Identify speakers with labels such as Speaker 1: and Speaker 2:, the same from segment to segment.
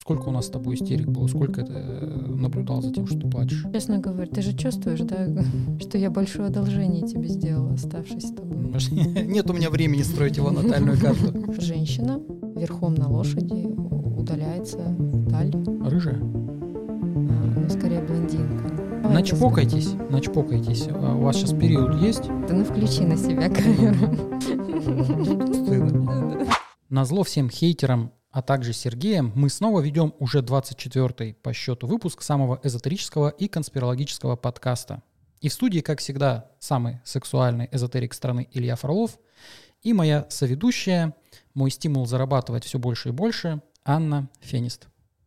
Speaker 1: сколько у нас с тобой истерик было? Сколько ты наблюдал за тем, что ты плачешь?
Speaker 2: Честно говоря, ты же чувствуешь, да, что я большое одолжение тебе сделала, оставшись с тобой.
Speaker 1: Нет у меня времени строить его натальную карту.
Speaker 2: Женщина верхом на лошади удаляется вдаль.
Speaker 1: Рыжая?
Speaker 2: Ну, скорее блондинка.
Speaker 1: Начпокайтесь. У вас сейчас период есть?
Speaker 2: Да ну включи на себя камеру.
Speaker 1: Стыдно. Назло всем хейтерам, а также Сергеем, мы снова ведем уже 24-й по счету выпуск самого эзотерического и конспирологического подкаста. И в студии, как всегда, самый сексуальный эзотерик страны Илья Фролов и моя соведущая, мой стимул зарабатывать все больше и больше, Анна Фенист.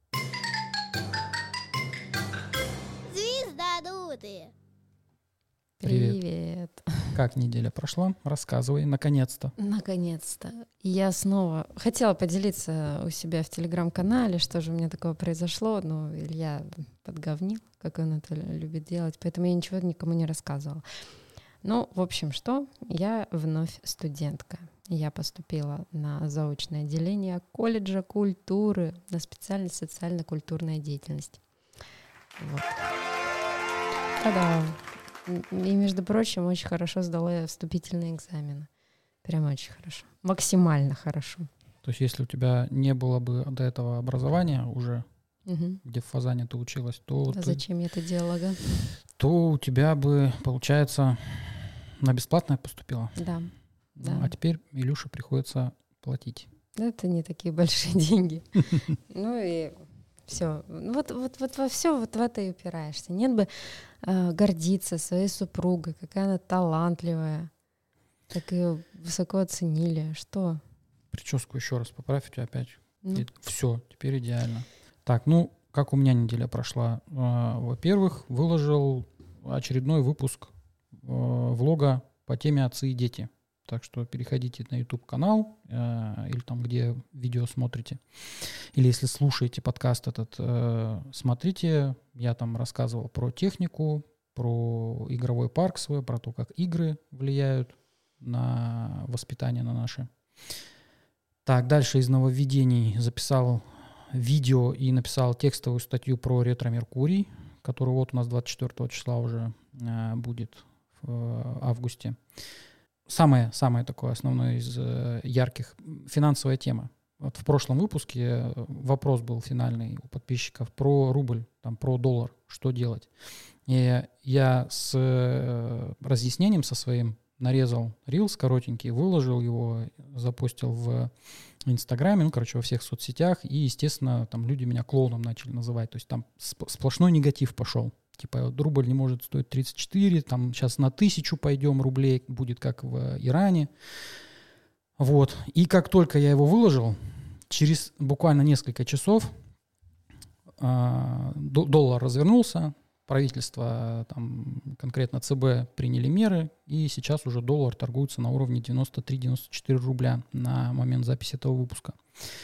Speaker 2: Привет.
Speaker 1: Как неделя прошла? Рассказывай, наконец-то.
Speaker 2: Наконец-то. Я снова хотела поделиться у себя в телеграм-канале, что же у меня такого произошло, но Илья подговнил, как он это любит делать, поэтому я ничего никому не рассказывала. Ну, в общем, что? Я вновь студентка. Я поступила на заочное отделение колледжа культуры на специальность социально-культурная деятельность. Вот. Та-дам! И, между прочим, очень хорошо сдала я вступительные экзамены. Прям очень хорошо. Максимально хорошо.
Speaker 1: То есть если у тебя не было бы до этого образования уже, где в Фазане ты училась, то...
Speaker 2: Зачем я это делала, да?
Speaker 1: То у тебя бы, получается, на бесплатное поступила.
Speaker 2: Да.
Speaker 1: А теперь Илюше приходится платить.
Speaker 2: Это не такие большие деньги. Ну и... Все. Вот во все вот в это и упираешься. Нет бы гордиться своей супругой, какая она талантливая. Так ее высоко оценили. Что?
Speaker 1: Прическу еще раз поправь, у тебя опять.
Speaker 2: Ну.
Speaker 1: Все, теперь идеально. Так, как у меня неделя прошла? Во-первых, выложил очередной выпуск влога по теме «Отцы и дети». Так что переходите на YouTube-канал или там, где видео смотрите. Или если слушаете подкаст этот, смотрите. Я там рассказывал про технику, про игровой парк свой, про то, как игры влияют на воспитание на наше. Так, дальше из нововведений записал видео и написал текстовую статью про ретро-меркурий, который вот у нас 24 числа уже будет в августе. Самое такое основное из ярких — финансовая тема. Вот в прошлом выпуске вопрос был финальный у подписчиков про рубль, там, про доллар, что делать. И я с разъяснением со своим нарезал рилс коротенький, выложил его, запостил в Инстаграме, во всех соцсетях, и, естественно, там люди меня клоуном начали называть, то есть там сплошной негатив пошел. Типа вот рубль не может стоить 34, там сейчас на 1000 пойдем рублей, будет как в Иране. Вот. И как только я его выложил, через буквально несколько часов доллар развернулся, правительство, там, конкретно ЦБ, приняли меры, и сейчас уже доллар торгуется на уровне 93-94 рубля на момент записи этого выпуска.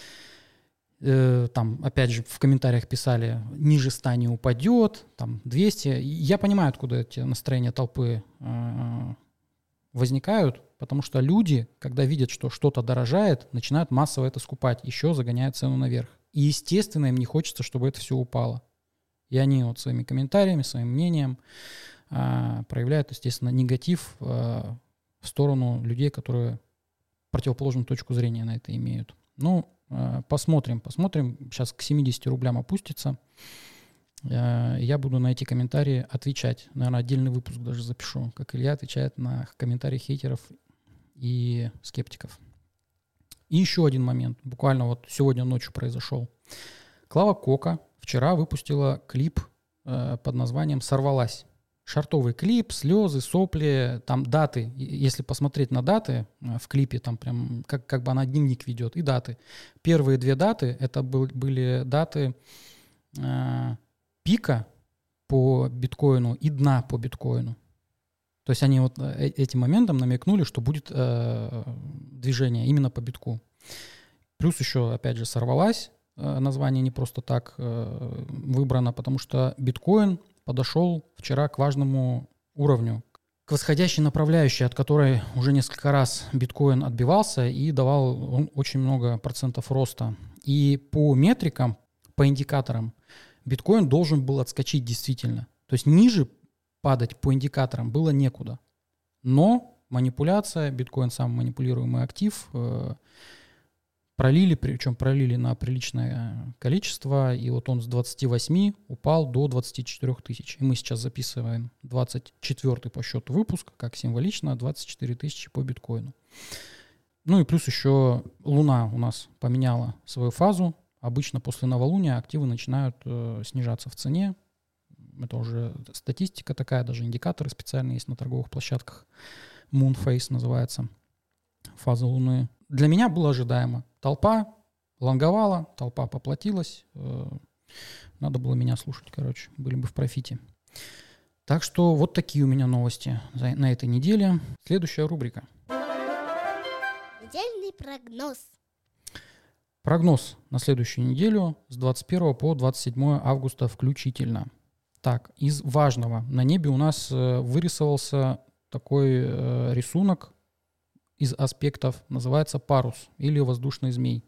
Speaker 1: Там, опять же, в комментариях писали, ниже 100 не упадет, там, 200. Я понимаю, откуда эти настроения толпы возникают, потому что люди, когда видят, что что-то дорожает, начинают массово это скупать, еще загоняют цену наверх. И, естественно, им не хочется, чтобы это все упало. И они вот своими комментариями, своим мнением проявляют, естественно, негатив в сторону людей, которые противоположную точку зрения на это имеют. Посмотрим. Сейчас к 70 рублям опустится. Я буду на эти комментарии отвечать. Наверное, отдельный выпуск даже запишу, как Илья отвечает на комментарии хейтеров и скептиков. И еще один момент. Буквально вот сегодня ночью произошел. Клава Кока вчера выпустила клип под названием «Сорвалась». Шартовый клип, слезы, сопли, там даты. Если посмотреть на даты в клипе, там прям как бы она дневник ведет, и даты. Первые 2 даты — это были даты пика по биткоину и дна по биткоину. То есть они вот этим моментом намекнули, что будет движение именно по битку. Плюс еще, опять же, «Сорвалась». Название не просто так выбрано, потому что биткоин подошел вчера к важному уровню, к восходящей направляющей, от которой уже несколько раз биткоин отбивался и давал очень много процентов роста. И по метрикам, по индикаторам, биткоин должен был отскочить действительно. То есть ниже падать по индикаторам было некуда. Но манипуляция, биткоин сам манипулируемый актив, причем пролили на приличное количество, и вот он с 28 упал до 24 тысяч. И мы сейчас записываем 24 по счету выпуск, как символично, 24 тысячи по биткоину. Ну и плюс еще Луна у нас поменяла свою фазу. Обычно после новолуния активы начинают снижаться в цене. Это уже статистика такая, даже индикаторы специальные есть на торговых площадках. Moonface называется, фаза Луны. Для меня было ожидаемо. Толпа лонговала, толпа поплатилась. Надо было меня слушать, короче, были бы в профите. Так что вот такие у меня новости на этой неделе. Следующая рубрика.
Speaker 3: Недельный прогноз.
Speaker 1: Прогноз на следующую неделю с 21 по 27 августа включительно. Так, из важного. На небе у нас вырисовался такой рисунок из аспектов, называется парус или воздушный змей.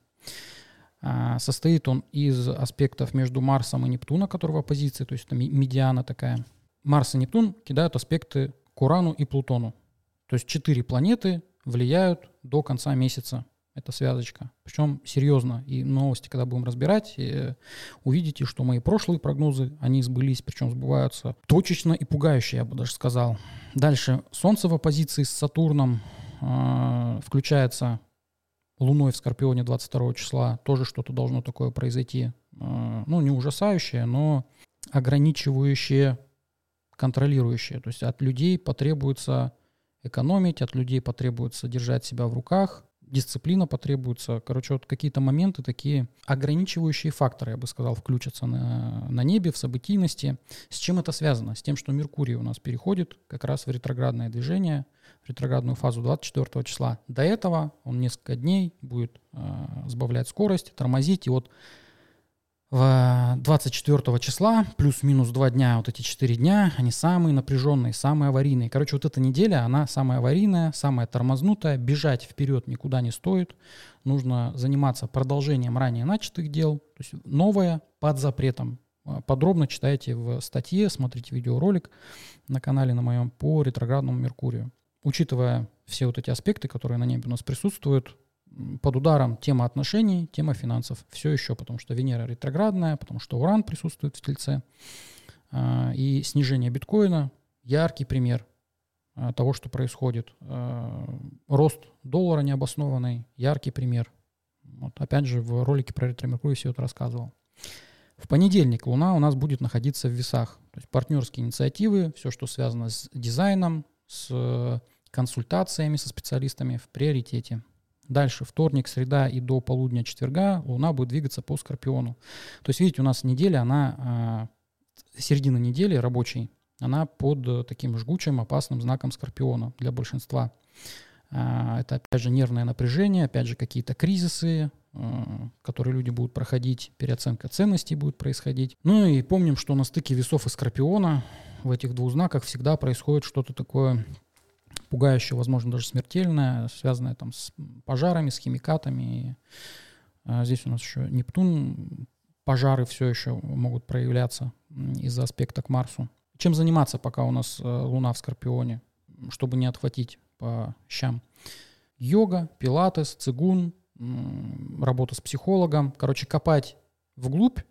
Speaker 1: Состоит он из аспектов между Марсом и Нептуном, который в оппозиции, то есть это медиана такая. Марс и Нептун кидают аспекты к Урану и Плутону. То есть 4 планеты влияют до конца месяца. Это связочка. Причем серьезно. И новости, когда будем разбирать, увидите, что мои прошлые прогнозы, они сбылись, причем сбываются точечно и пугающе, я бы даже сказал. Дальше. Солнце в оппозиции с Сатурном включается Луной в Скорпионе 22 числа. Тоже что-то должно такое произойти. Ну, не ужасающее, но ограничивающее, контролирующее. То есть от людей потребуется экономить, от людей потребуется держать себя в руках, дисциплина потребуется. Короче, вот какие-то моменты такие ограничивающие факторы, я бы сказал, включатся на небе, в событийности. С чем это связано? С тем, что Меркурий у нас переходит как раз в ретроградное движение, в ретроградную фазу 24 числа. До этого он несколько дней будет сбавлять скорость, тормозить. И вот 24 числа, плюс-минус 2 дня, вот эти 4 дня, они самые напряженные, самые аварийные. Короче, вот эта неделя, она самая аварийная, самая тормознутая. Бежать вперед никуда не стоит. Нужно заниматься продолжением ранее начатых дел. То есть новое под запретом. Подробно читайте в статье, смотрите видеоролик на канале на моем по ретроградному Меркурию. Учитывая все вот эти аспекты, которые на небе у нас присутствуют, под ударом тема отношений, тема финансов. Все еще, потому что Венера ретроградная, потому что Уран присутствует в Тельце. И снижение биткоина – яркий пример того, что происходит. Рост доллара необоснованный – яркий пример. Вот, опять же, в ролике про ретро-Меркурий все это рассказывал. В понедельник Луна у нас будет находиться в весах. То есть партнерские инициативы, все, что связано с дизайном, с консультациями со специалистами в приоритете. Дальше, вторник, среда и до полудня четверга Луна будет двигаться по Скорпиону. То есть, видите, у нас неделя, середина недели рабочей, она под таким жгучим, опасным знаком Скорпиона для большинства. Это, опять же, нервное напряжение, опять же, какие-то кризисы, которые люди будут проходить, переоценка ценностей будет происходить. Ну и помним, что на стыке весов и Скорпиона в этих двух знаках всегда происходит что-то такое пугающее, возможно, даже смертельное, связанное там с пожарами, с химикатами. Здесь у нас еще Нептун, пожары все еще могут проявляться из-за аспекта к Марсу. Чем заниматься, пока у нас Луна в Скорпионе, чтобы не отхватить по щам? Йога, пилатес, цигун, работа с психологом. Короче, копать вглубь,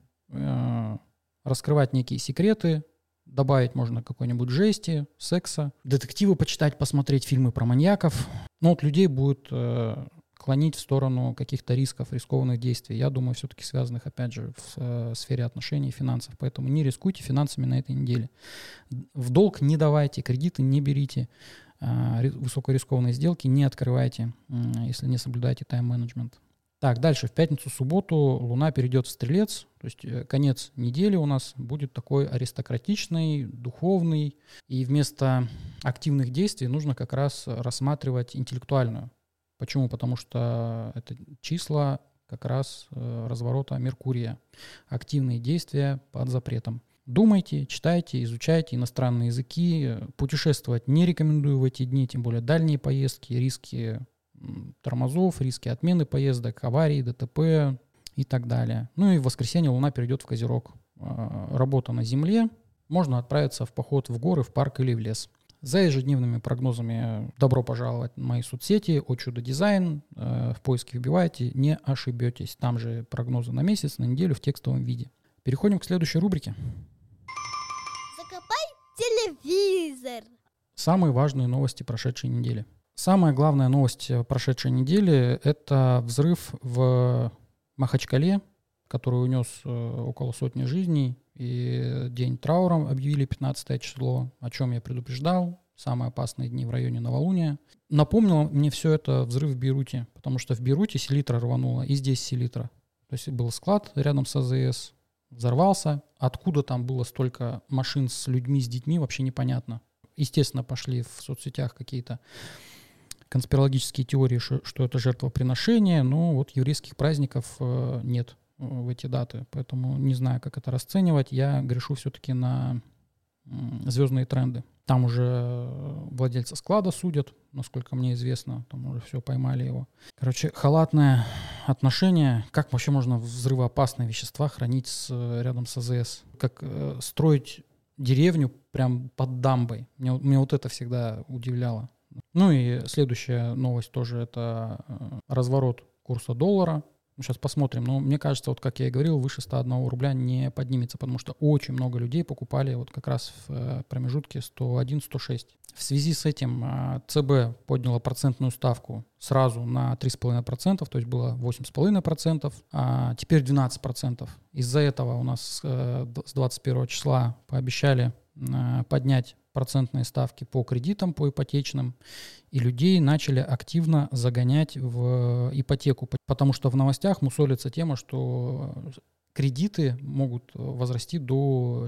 Speaker 1: раскрывать некие секреты, добавить можно какой-нибудь жести, секса, детективы почитать, посмотреть фильмы про маньяков. Но вот людей будет клонить в сторону каких-то рисков, рискованных действий. Я думаю, все-таки связанных, опять же, в сфере отношений и финансов. Поэтому не рискуйте финансами на этой неделе. В долг не давайте, кредиты не берите, высокорискованные сделки не открывайте, если не соблюдаете тайм-менеджмент. Так, дальше, в пятницу-субботу Луна перейдет в Стрелец, то есть конец недели у нас будет такой аристократичный, духовный, и вместо активных действий нужно как раз рассматривать интеллектуальную. Почему? Потому что это числа как раз разворота Меркурия, активные действия под запретом. Думайте, читайте, изучайте иностранные языки, путешествовать не рекомендую в эти дни, тем более дальние поездки, риски тормозов, риски отмены поездок, аварий, ДТП и так далее. Ну и в воскресенье Луна перейдет в Козерог. Работа на Земле. Можно отправиться в поход в горы, в парк или в лес. За ежедневными прогнозами добро пожаловать в мои соцсети, «О Чудо Дизайн». В поиске вбивайте, не ошибетесь. Там же прогнозы на месяц, на неделю в текстовом виде. Переходим к следующей рубрике.
Speaker 3: Закопай телевизор.
Speaker 1: Самые важные новости прошедшей недели. Самая главная новость прошедшей недели – это взрыв в Махачкале, который унес около 100 жизней. И день траура объявили 15 число, о чем я предупреждал. Самые опасные дни в районе новолуния. Напомнил мне все это взрыв в Бейруте, потому что в Бейруте селитра рванула, и здесь селитра. То есть был склад рядом с АЗС, взорвался. Откуда там было столько машин с людьми, с детьми, вообще непонятно. Естественно, пошли в соцсетях какие-то конспирологические теории, что это жертвоприношение, но вот еврейских праздников нет в эти даты, поэтому не знаю, как это расценивать. Я грешу все-таки на звездные тренды. Там уже владельца склада судят, насколько мне известно, там уже все, поймали его. Короче, халатное отношение. Как вообще можно взрывоопасные вещества хранить рядом с АЗС? Как строить деревню прям под дамбой? Меня вот это всегда удивляло. Ну и следующая новость тоже это разворот курса доллара. Сейчас посмотрим. Но мне кажется, вот как я и говорил, выше 101 рубля не поднимется, потому что очень много людей покупали вот как раз в промежутке 101-106. В связи с этим ЦБ подняла процентную ставку сразу на 3,5%, то есть было 8,5%, а теперь 12%. Из-за этого у нас с 21 числа пообещали поднять процентные ставки по кредитам, по ипотечным, и людей начали активно загонять в ипотеку, потому что в новостях мусолится тема, что кредиты могут возрасти до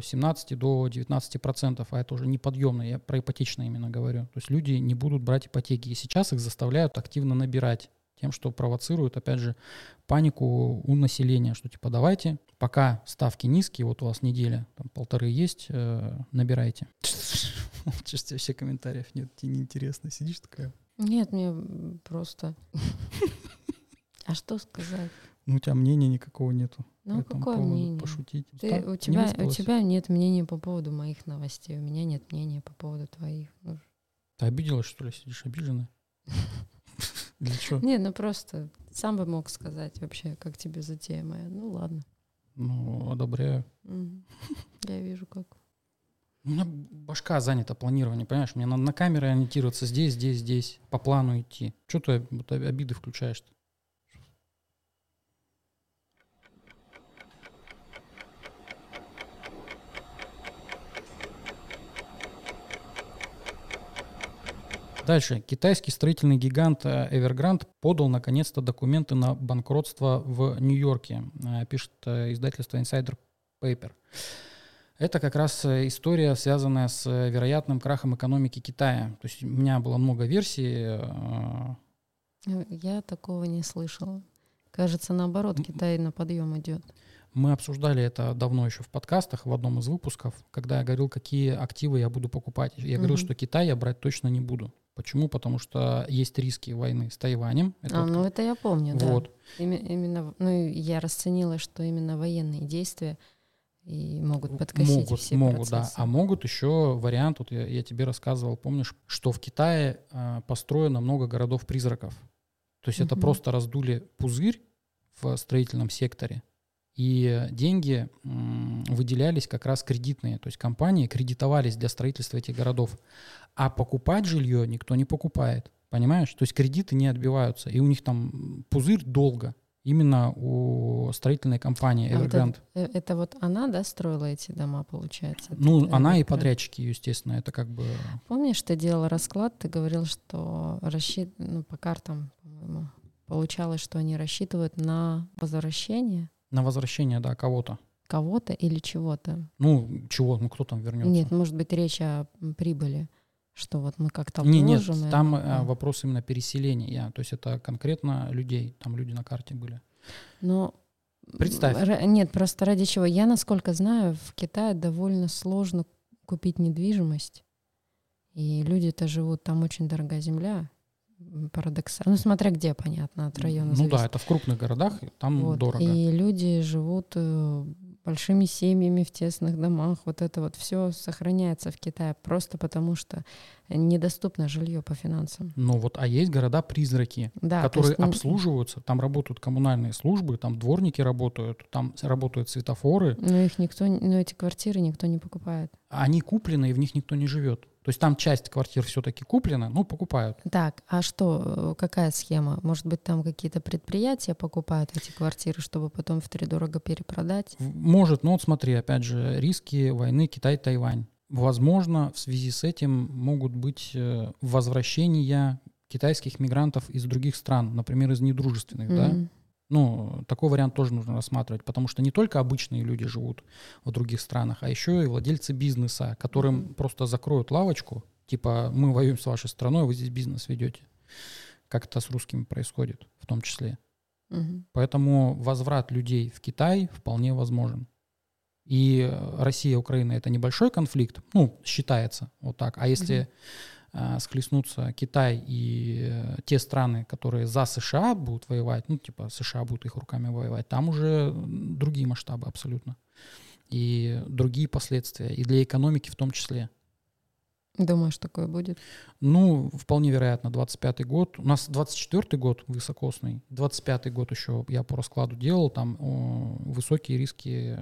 Speaker 1: 17-19%, а это уже неподъемно, я про ипотечные именно говорю. То есть люди не будут брать ипотеки, и сейчас их заставляют активно набирать тем, что провоцирует, опять же, панику у населения, что типа давайте, пока ставки низкие, вот у вас неделя, там 1,5 есть, набирайте. Сейчас тебе вообще комментариев нет, тебе неинтересно, сидишь такая?
Speaker 2: Нет, мне просто... А что сказать?
Speaker 1: Ну, у тебя мнения никакого нету.
Speaker 2: Ну, какое мнение?
Speaker 1: Пошутить.
Speaker 2: У тебя нет мнения по поводу моих новостей, у меня нет мнения по поводу твоих.
Speaker 1: Ты обиделась, что ли, сидишь обиженная? Для чего?
Speaker 2: Не, ну просто сам бы мог сказать вообще, как тебе затея моя. Ну, ладно.
Speaker 1: Ну, одобряю.
Speaker 2: Я вижу, как.
Speaker 1: У меня башка занята планированием, понимаешь? Мне надо на камеры ориентироваться здесь, здесь, здесь, по плану идти. Что ты обиды включаешь-то? Дальше. Китайский строительный гигант Evergrande подал наконец-то документы на банкротство в Нью-Йорке, пишет издательство Insider Paper. Это как раз история, связанная с вероятным крахом экономики Китая. То есть у меня было много версий.
Speaker 2: Я такого не слышала. Кажется, наоборот, Китай на подъем идет.
Speaker 1: Мы обсуждали это давно еще в подкастах, в одном из выпусков, когда я говорил, какие активы я буду покупать. Я говорил, что Китай я брать точно не буду. Почему? Потому что есть риски войны с Тайванем.
Speaker 2: Это я помню,
Speaker 1: вот.
Speaker 2: Да. Именно, я расценила, что именно военные действия и могут подкосить все процессы.
Speaker 1: Да. А могут еще вариант, вот я тебе рассказывал, помнишь, что в Китае построено много городов-призраков. То есть это просто раздули пузырь в строительном секторе, и деньги выделялись как раз кредитные. То есть компании кредитовались для строительства этих городов. А покупать жилье никто не покупает. Понимаешь? То есть кредиты не отбиваются. И у них там пузырь долго. Именно у строительной компании Evergrande.
Speaker 2: Это вот она, да, строила эти дома, получается?
Speaker 1: Ну, она и подрядчики, естественно. Это как бы...
Speaker 2: Помнишь, ты делал расклад, ты говорил, что по картам, по-моему, получалось, что они рассчитывают на возвращение?
Speaker 1: На возвращение, да, кого-то.
Speaker 2: Кого-то или чего-то?
Speaker 1: Ну, чего? Ну, кто там вернется?
Speaker 2: Нет, может быть, речь о прибыли. Что вот мы как-то вложим.
Speaker 1: Нет, там вопрос именно переселения. То есть это конкретно людей. Там люди на карте были.
Speaker 2: Но
Speaker 1: представь.
Speaker 2: Нет, просто ради чего. Я, насколько знаю, в Китае довольно сложно купить недвижимость. И люди-то живут, там очень дорогая земля. парадоксально. Ну, смотря где, понятно, от района зависит.
Speaker 1: Да, это в крупных городах, там
Speaker 2: Вот.
Speaker 1: дорого.
Speaker 2: И люди живут большими семьями в тесных домах. Вот это вот все сохраняется в Китае просто потому, что недоступно жилье по финансам.
Speaker 1: А есть города-призраки,
Speaker 2: Да,
Speaker 1: которые
Speaker 2: то есть,
Speaker 1: обслуживаются, там работают коммунальные службы, там дворники работают, там работают светофоры.
Speaker 2: но эти квартиры никто не покупает.
Speaker 1: Они куплены, и в них никто не живет. То есть там часть квартир все-таки куплена, покупают.
Speaker 2: Так, а что, какая схема? Может быть, там какие-то предприятия покупают эти квартиры, чтобы потом втридорого перепродать?
Speaker 1: Может, но смотри, опять же, риски войны Китай-Тайвань. Возможно, в связи с этим могут быть возвращения китайских мигрантов из других стран, например, из недружественных, да? Такой вариант тоже нужно рассматривать, потому что не только обычные люди живут в других странах, а еще и владельцы бизнеса, которым просто закроют лавочку, типа мы воюем с вашей страной, вы здесь бизнес ведете. Как это с русскими происходит в том числе. Поэтому возврат людей в Китай вполне возможен. И Россия и Украина — это небольшой конфликт, считается вот так. А если схлестнутся Китай и те страны, которые за США будут воевать, США будут их руками воевать, там уже другие масштабы абсолютно. И другие последствия, и для экономики в том числе.
Speaker 2: Думаешь, такое будет?
Speaker 1: Вполне вероятно, 25-й год. У нас 24-й год высокосный, 25-й год еще я по раскладу делал, там высокие риски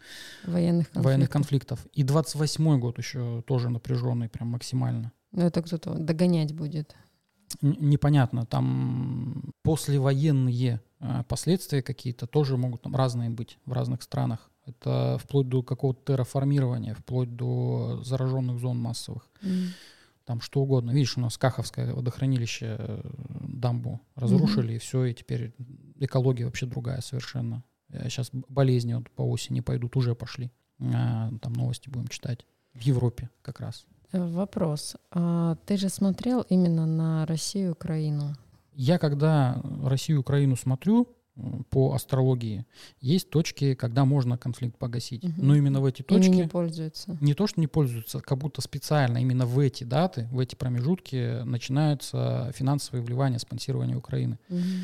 Speaker 1: военных конфликтов. И 28-й год еще тоже напряженный, прям максимально.
Speaker 2: Это кто-то догонять будет.
Speaker 1: Непонятно, там послевоенные последствия какие-то тоже могут там разные быть в разных странах. Это вплоть до какого-то терраформирования, вплоть до зараженных зон массовых. Там что угодно. Видишь, у нас Каховское водохранилище, дамбу разрушили, и все, и теперь экология вообще другая совершенно. Сейчас болезни по осени пойдут, уже пошли. Там новости будем читать. В Европе как раз.
Speaker 2: Вопрос. А ты же смотрел именно на Россию и Украину?
Speaker 1: Я когда Россию и Украину смотрю по астрологии, есть точки, когда можно конфликт погасить. Но именно в эти точки...
Speaker 2: Ими не пользуются.
Speaker 1: Не то, что не пользуются, как будто специально именно в эти даты, в эти промежутки начинаются финансовые вливания, спонсирование Украины.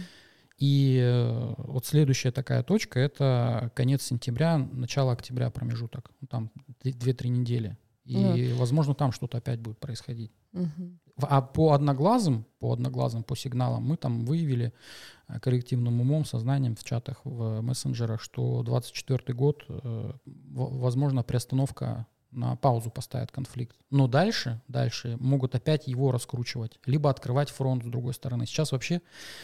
Speaker 1: И вот следующая такая точка — это конец сентября, начало октября промежуток. Там 2-3 недели. И, возможно, там что-то опять будет происходить. А по одноглазым, по сигналам мы там выявили коллективным умом, сознанием в чатах, в мессенджерах, что 24-й год, возможно, приостановка, на паузу поставят конфликт. Но дальше могут опять его раскручивать, либо открывать фронт с другой стороны. Сейчас вообще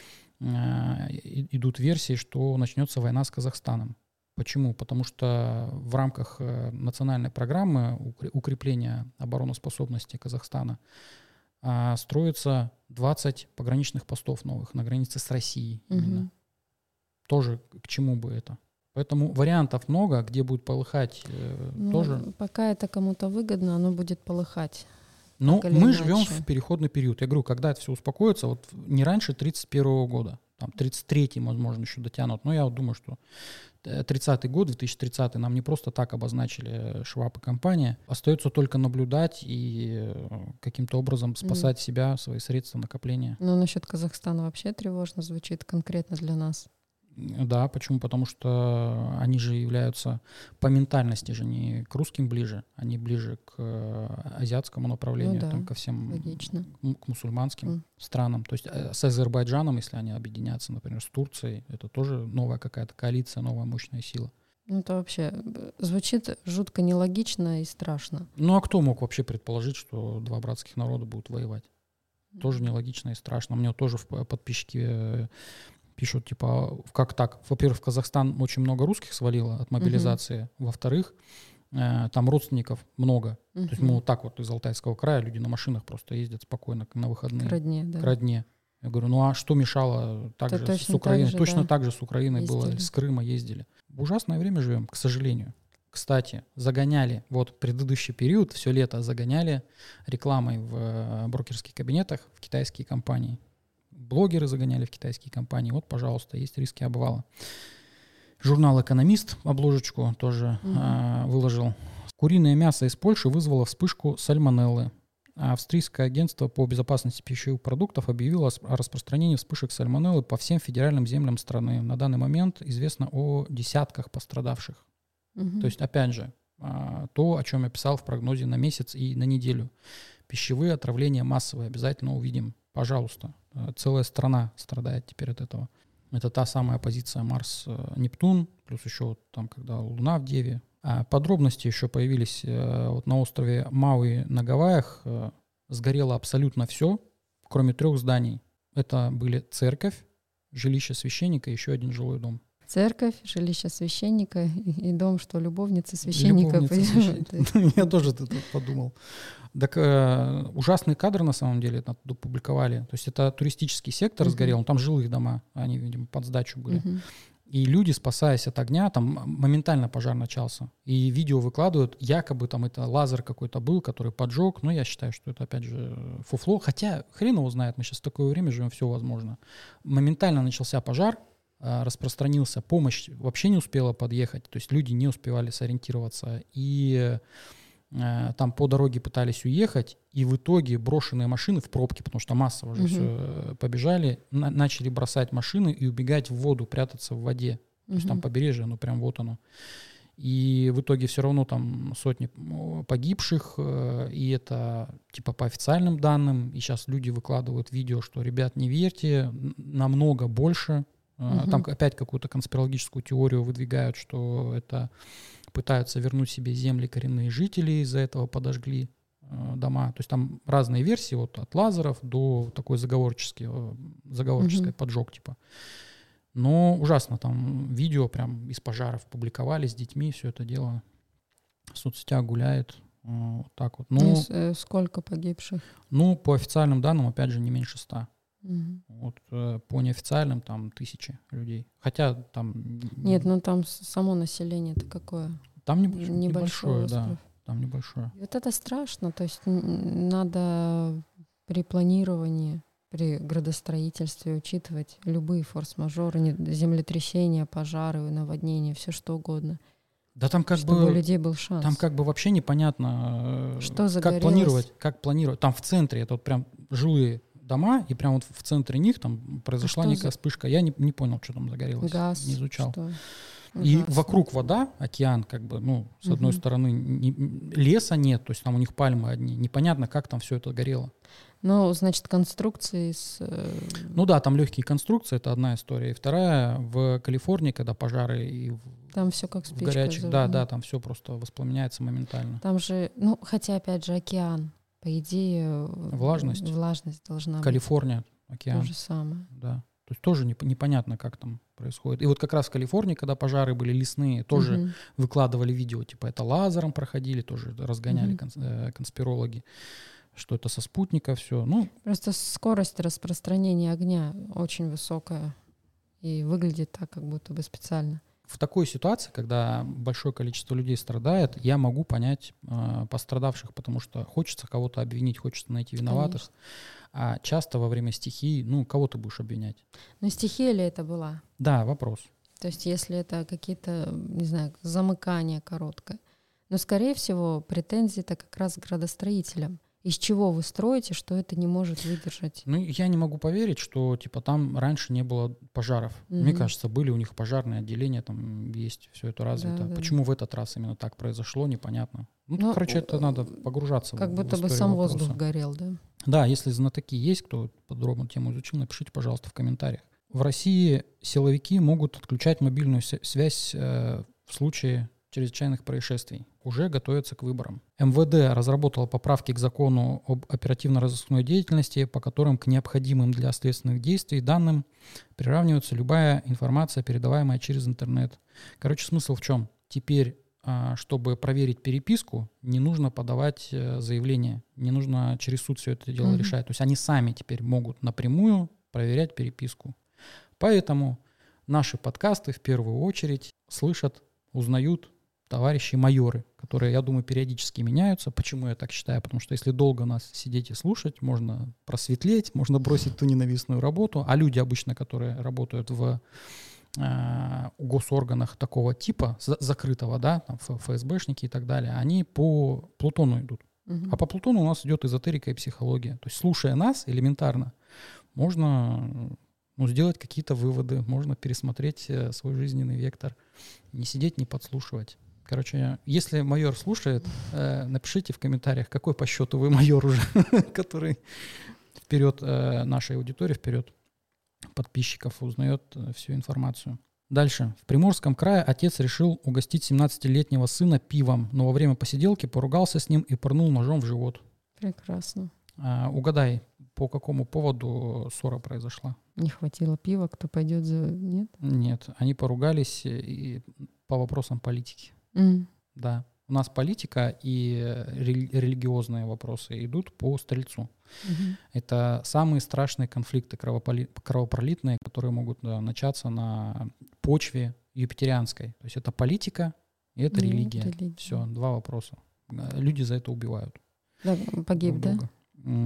Speaker 1: идут версии, что начнется война с Казахстаном. Почему? Потому что в рамках национальной программы укрепления обороноспособности Казахстана строится 20 пограничных постов новых на границе с Россией именно. Тоже к чему бы это? Поэтому вариантов много, где будет полыхать тоже.
Speaker 2: Пока это кому-то выгодно, оно будет полыхать.
Speaker 1: Мы живем в переходный период. Я говорю, когда это все успокоится, вот не раньше 31 года. Там 33-й, возможно, еще дотянут. Но я думаю, что 30-й год, 2030-й нам не просто так обозначили Шваб и компания. Остается только наблюдать и каким-то образом спасать себя, свои средства, накопления.
Speaker 2: Но насчет Казахстана вообще тревожно звучит конкретно для нас.
Speaker 1: Да, почему? Потому что они же являются по ментальности же не к русским ближе, они ближе к азиатскому направлению, там, ко всем,
Speaker 2: логично.
Speaker 1: К мусульманским странам. То есть с Азербайджаном, если они объединятся, например, с Турцией, это тоже новая какая-то коалиция, новая мощная сила.
Speaker 2: Это вообще звучит жутко нелогично и страшно.
Speaker 1: А кто мог вообще предположить, что два братских народа будут воевать? Тоже нелогично и страшно. Мне тоже подписчики пишут, типа, как так? Во-первых, в Казахстан очень много русских свалило от мобилизации. Во-вторых, там родственников много. То есть мы вот так вот из Алтайского края, люди на машинах просто ездят спокойно на выходные.
Speaker 2: К родне, да.
Speaker 1: К родне. Я говорю, а что мешало так же с Украиной? Точно так же с Украиной было, с Крыма ездили. В ужасное время живем, к сожалению. Кстати, загоняли, вот предыдущий период, все лето загоняли рекламой в брокерских кабинетах в китайские компании. Блогеры загоняли в китайские компании. Вот, пожалуйста, есть риски обвала. Журнал «Экономист» обложечку тоже выложил. Куриное мясо из Польши вызвало вспышку сальмонеллы. австрийское агентство по безопасности пищевых продуктов объявило о распространении вспышек сальмонеллы по всем федеральным землям страны. На данный момент известно о десятках пострадавших.
Speaker 2: Мгм.
Speaker 1: То есть, опять же, то, о чем я писал в прогнозе на месяц и на неделю. Пищевые отравления массовые обязательно увидим. Пожалуйста. Целая страна страдает теперь от этого. Это та самая позиция Марс-Нептун, плюс еще вот там, когда Луна в Деве. Подробности еще появились вот на острове Мауи на Гавайях. Сгорело абсолютно все, кроме 3 зданий. Это были церковь, жилище священника и еще один жилой дом.
Speaker 2: Церковь, жилище священника и дом, что любовницы священника.
Speaker 1: Я тоже тут подумал. Так ужасные кадры на самом деле это опубликовали. То есть это туристический сектор сгорел, там жилые дома, они, видимо, под сдачу были. И люди, спасаясь от огня, там моментально пожар начался. И видео выкладывают, якобы там это лазер какой-то был, который поджег. Но я считаю, что это опять же фуфло. Хотя хрен его знает, мы сейчас в такое время живем, все возможно. Моментально начался пожар, распространился, помощь вообще не успела подъехать. То есть люди не успевали сориентироваться. И там по дороге пытались уехать, и в итоге брошенные машины в пробке, потому что массово же все побежали, начали бросать машины и убегать в воду, прятаться в воде. То есть там побережье, ну прям вот оно. И в итоге все равно там сотни погибших, и это типа по официальным данным. И сейчас люди выкладывают видео, что, ребят, не верьте, намного больше. Там опять какую-то конспирологическую теорию выдвигают, что это пытаются вернуть себе земли коренные жители, из-за этого подожгли дома. То есть там разные версии, вот от лазеров до такой заговорческой поджог типа. Но ужасно, там видео прям из пожаров публиковали с детьми, все это дело в соцсетях гуляет. Вот так вот. Ну,
Speaker 2: сколько погибших?
Speaker 1: Ну, по официальным данным, опять же, не меньше 100. Вот по неофициальным там 1000 людей. Хотя там...
Speaker 2: Нет, ну там само население-то какое?
Speaker 1: Там небольшое,
Speaker 2: остров.
Speaker 1: Да. Там небольшое.
Speaker 2: И вот это страшно. То есть надо при планировании, при градостроительстве учитывать любые форс-мажоры, землетрясения, пожары, наводнения, все что угодно.
Speaker 1: Да там как
Speaker 2: чтобы
Speaker 1: бы...
Speaker 2: у людей был шанс.
Speaker 1: Там как бы вообще непонятно,
Speaker 2: что
Speaker 1: как планировать. Там в центре, это вот прям жилые дома, и прям вот в центре них там произошла некая вспышка. Я не понял, что там загорелось.
Speaker 2: Газ.
Speaker 1: Не изучал.
Speaker 2: Что?
Speaker 1: И вокруг вода, океан, как бы, ну, с одной стороны, леса нет, то есть там у них пальмы одни. Непонятно, как там все это горело.
Speaker 2: Ну, значит, конструкции с...
Speaker 1: Ну да, там легкие конструкции, это одна история. И вторая, в Калифорнии, когда пожары и
Speaker 2: там все как спичка.
Speaker 1: В горячих, да, там все просто воспламеняется моментально.
Speaker 2: Там же, ну, хотя, опять же, океан. По идее, влажность должна
Speaker 1: Калифорния,
Speaker 2: быть.
Speaker 1: океан.
Speaker 2: То же самое.
Speaker 1: Да. То есть тоже непонятно, как там происходит. И вот как раз в Калифорнии, когда пожары были лесные, тоже выкладывали видео, типа это лазером проходили, тоже разгоняли конспирологи, что это со спутника все. Ну,
Speaker 2: просто скорость распространения огня очень высокая и выглядит так, как будто бы специально.
Speaker 1: В такой ситуации, когда большое количество людей страдает, я могу понять пострадавших, потому что хочется кого-то обвинить, хочется найти виноватых. Конечно. А часто во время стихий, ну, кого ты будешь обвинять?
Speaker 2: Но стихия ли это была?
Speaker 1: Да, вопрос.
Speaker 2: То есть если это какие-то, не знаю, замыкания короткое. Но, скорее всего, претензии-то как раз к градостроителям. Из чего вы строите, что это не может выдержать?
Speaker 1: Ну, я не могу поверить, что типа там раньше не было пожаров. Мне кажется, были у них пожарные отделения, там есть все это развито. Да. Почему в этот раз именно так произошло, непонятно. Ну, короче, это надо погружаться
Speaker 2: как
Speaker 1: в
Speaker 2: будто бы сам вопроса. Воздух горел, да?
Speaker 1: Да, если знатоки есть, кто подробно тему изучил, напишите, пожалуйста, в комментариях. В России силовики могут отключать мобильную связь в случае чрезвычайных происшествий. Уже готовятся к выборам. МВД разработало поправки к закону об оперативно-розыскной деятельности, по которым к необходимым для следственных действий данным приравнивается любая информация, передаваемая через интернет. Короче, смысл в чем? Теперь, чтобы проверить переписку, не нужно подавать заявление, не нужно через суд все это дело решать. То есть они сами теперь могут напрямую проверять переписку. Поэтому наши подкасты в первую очередь слышат, узнают товарищи майоры, которые, я думаю, периодически меняются. Почему я так считаю? Потому что если долго нас сидеть и слушать, можно просветлеть, можно бросить ту ненавистную работу. А люди обычно, которые работают в госорганах такого типа, закрытого, да, там ФСБшники и так далее, они по Плутону идут.
Speaker 2: Мгм.
Speaker 1: А по Плутону у нас идет эзотерика и психология. То есть, слушая нас элементарно, можно сделать какие-то выводы, можно пересмотреть свой жизненный вектор. Не сидеть, не подслушивать. Короче, если майор слушает, напишите в комментариях, какой по счету вы майор уже, который вперед нашей аудитории, вперед подписчиков узнает всю информацию. Дальше. В Приморском крае отец решил угостить 17-летнего сына пивом, но во время посиделки поругался с ним и пырнул ножом в живот.
Speaker 2: Прекрасно.
Speaker 1: Угадай, по какому поводу ссора произошла?
Speaker 2: Не хватило пива, кто пойдет за... Нет?
Speaker 1: Нет, они поругались и по вопросам политики.
Speaker 2: М.
Speaker 1: Да. У нас политика и религиозные вопросы идут по Стрельцу.
Speaker 2: Мгм.
Speaker 1: Это самые страшные конфликты кровопролитные, которые могут начаться на почве юпитерианской. То есть это политика и это
Speaker 2: Ну,
Speaker 1: религия.
Speaker 2: религия.
Speaker 1: Все, два вопроса. Люди за это убивают.
Speaker 2: Да, погиб,
Speaker 1: друг
Speaker 2: да?
Speaker 1: друга.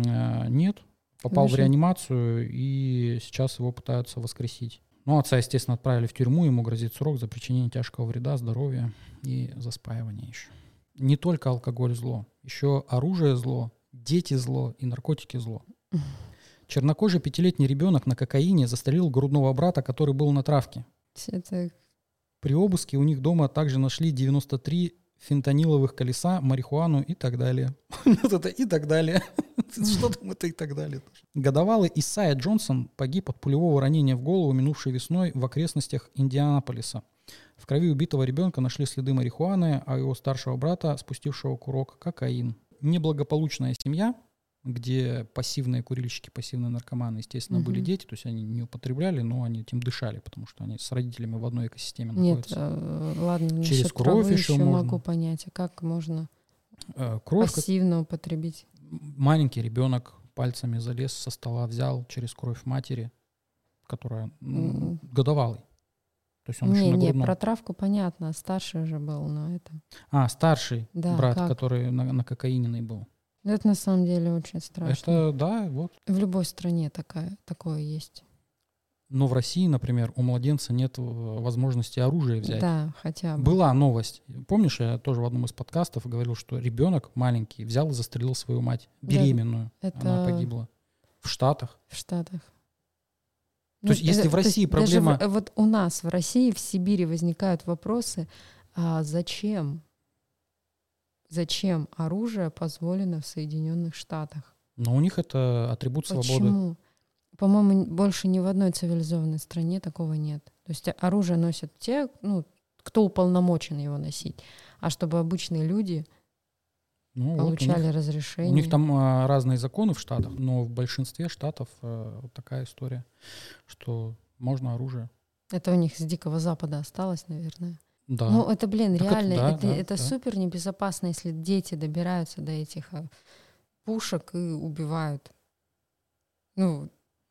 Speaker 1: Нет. Попал в
Speaker 2: Выжил?
Speaker 1: реанимацию, и сейчас его пытаются воскресить. Ну, отца, естественно, отправили в тюрьму, ему грозит срок за причинение тяжкого вреда здоровью и за спаивание еще. Не только алкоголь зло, еще оружие зло, дети зло и наркотики зло. Чернокожий 5-летний ребенок на кокаине застрелил грудного брата, который был на травке.
Speaker 2: Это
Speaker 1: При обыске у них дома также нашли 93 фентаниловых колеса, марихуану и так далее. Вот это и так далее. Что там это и так далее? Годовалый Исайя Джонсон погиб от пулевого ранения в голову минувшей весной в окрестностях Индианаполиса. В крови убитого ребенка нашли следы марихуаны, а его старшего брата, спустившего курок, кокаин. Неблагополучная семья, где пассивные курильщики, пассивные наркоманы, естественно, были дети, то есть они не употребляли, но они этим дышали, потому что они с родителями в одной экосистеме
Speaker 2: Нет,
Speaker 1: находятся.
Speaker 2: ладно,
Speaker 1: Через
Speaker 2: насчет
Speaker 1: кровь
Speaker 2: травы
Speaker 1: еще
Speaker 2: еще
Speaker 1: можно.
Speaker 2: могу понять. А как можно
Speaker 1: Кровь, как
Speaker 2: пассивно употребить?
Speaker 1: маленький ребенок пальцами залез со стола, взял через кровь матери, которая годовалый. То есть он еще на
Speaker 2: Не,
Speaker 1: грудном.
Speaker 2: про травку понятно, старший уже был, но это...
Speaker 1: Старший
Speaker 2: Да,
Speaker 1: брат,
Speaker 2: как?
Speaker 1: который на кокаининой был.
Speaker 2: Ну, это на самом деле очень страшно.
Speaker 1: Это, да, вот.
Speaker 2: В любой стране такое есть.
Speaker 1: Но в России, например, у младенца нет возможности оружие взять.
Speaker 2: Да, хотя бы.
Speaker 1: Была новость. Помнишь, я тоже в одном из подкастов говорил, что ребенок маленький взял и застрелил свою мать, беременную.
Speaker 2: это-
Speaker 1: Она погибла. В Штатах.
Speaker 2: В Штатах.
Speaker 1: То есть если в России проблема...
Speaker 2: Даже вот у нас в России, в Сибири возникают вопросы, а зачем оружие позволено в Соединенных Штатах?
Speaker 1: Но у них это атрибут свободы.
Speaker 2: Почему? По-моему, больше ни в одной цивилизованной стране такого нет. То есть оружие носят те, кто уполномочен его носить. А чтобы обычные люди
Speaker 1: Ну, вот
Speaker 2: получали
Speaker 1: у
Speaker 2: разрешение.
Speaker 1: них там разные законы в Штатах, но в большинстве штатов вот такая история, что можно оружие.
Speaker 2: Это у них с Дикого Запада осталось, наверное.
Speaker 1: Да.
Speaker 2: Ну, это, блин,
Speaker 1: Так это
Speaker 2: реально,
Speaker 1: да, да,
Speaker 2: это
Speaker 1: да.
Speaker 2: супер небезопасно, если дети добираются до этих пушек и убивают. Ну,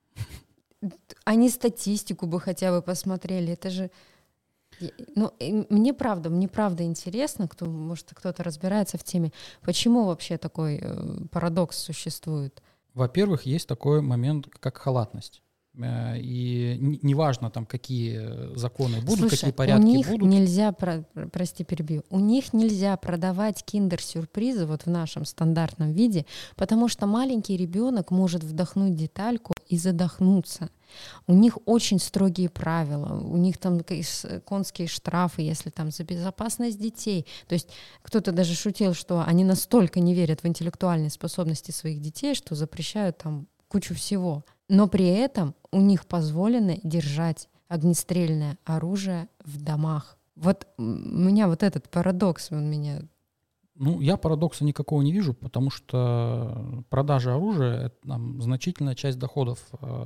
Speaker 2: они статистику бы хотя бы посмотрели. Это же... Ну, мне правда интересно, может, кто-то разбирается в теме, почему вообще такой парадокс существует.
Speaker 1: Во-первых, есть такой момент, как халатность. И неважно, там, какие законы будут,
Speaker 2: Слушай,
Speaker 1: какие порядки
Speaker 2: у них
Speaker 1: будут.
Speaker 2: нельзя, прости, перебью, у них нельзя продавать киндер-сюрпризы вот в нашем стандартном виде, потому что маленький ребенок может вдохнуть детальку и задохнуться. У них очень строгие правила, у них там конские штрафы, если там за безопасность детей. То есть кто-то даже шутил, что они настолько не верят в интеллектуальные способности своих детей, что запрещают там кучу всего. Но при этом у них позволено держать огнестрельное оружие в домах. Вот у меня вот этот парадокс, он меня...
Speaker 1: Ну, я парадокса никакого не вижу, потому что продажа оружия — это там значительная часть доходов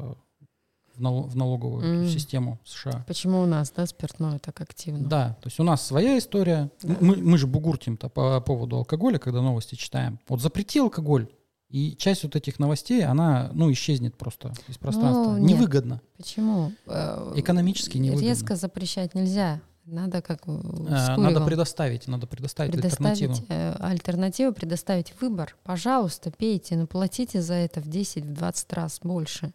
Speaker 1: в налоговую систему США.
Speaker 2: Почему у нас, да, спиртное так активно?
Speaker 1: Да, то есть у нас своя история.
Speaker 2: Да.
Speaker 1: Мы же бугуртим-то по поводу алкоголя, когда новости читаем. Вот запрети алкоголь, и часть вот этих новостей, она, исчезнет просто из пространства.
Speaker 2: Ну,
Speaker 1: Невыгодно.
Speaker 2: Почему?
Speaker 1: Экономически невыгодно.
Speaker 2: Резко запрещать нельзя. Надо как
Speaker 1: Надо предоставить альтернативу.
Speaker 2: Альтернативу, предоставить выбор. Пожалуйста, пейте, но платите за это в 10-20 раз больше.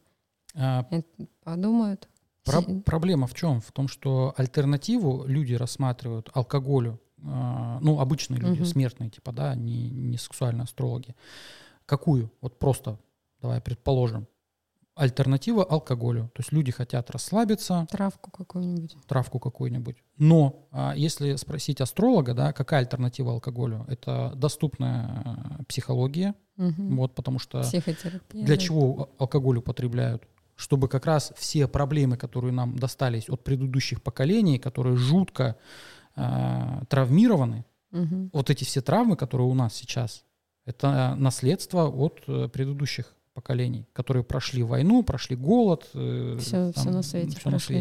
Speaker 2: Подумают.
Speaker 1: Проблема в чем? В том, что альтернативу люди рассматривают алкоголю ну, обычные люди, смертные, типа, да, не сексуальные астрологи. Какую? Вот просто, давай предположим, альтернатива алкоголю. То есть люди хотят расслабиться.
Speaker 2: Травку какую-нибудь.
Speaker 1: Но если спросить астролога, да, какая альтернатива алкоголю? Это доступная психология, вот, потому что для чего алкоголь употребляют? Чтобы как раз все проблемы, которые нам достались от предыдущих поколений, которые жутко травмированы, вот эти все травмы, которые у нас сейчас, это наследство от предыдущих поколений, которые прошли войну, прошли голод.
Speaker 2: Все на свете прошли.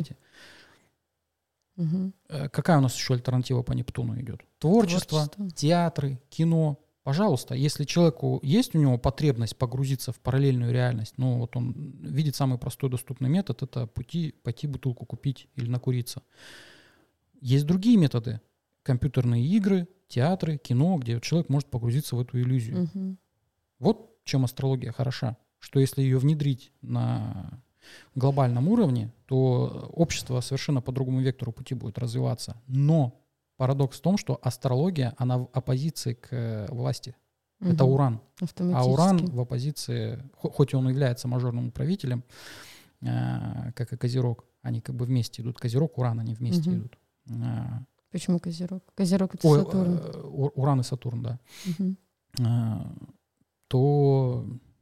Speaker 1: Какая у нас еще альтернатива по Нептуну идет? Творчество, театры, кино. Пожалуйста, если человеку есть у него потребность погрузиться в параллельную реальность, ну вот он видит самый простой доступный метод, это пойти бутылку купить или накуриться. Есть другие методы. Компьютерные игры, театры, кино, где человек может погрузиться в эту иллюзию. Вот чем астрология хороша, что если ее внедрить на глобальном уровне, то общество совершенно по другому вектору пути будет развиваться. Но парадокс в том, что астрология, она в оппозиции к власти. Это Уран. А Уран в оппозиции, хоть и он является мажорным управителем, как и Козерог, они как бы вместе идут. Козерог, Уран, они вместе идут.
Speaker 2: Почему Козерог? Козерог — это Сатурн.
Speaker 1: Уран и Сатурн, да. То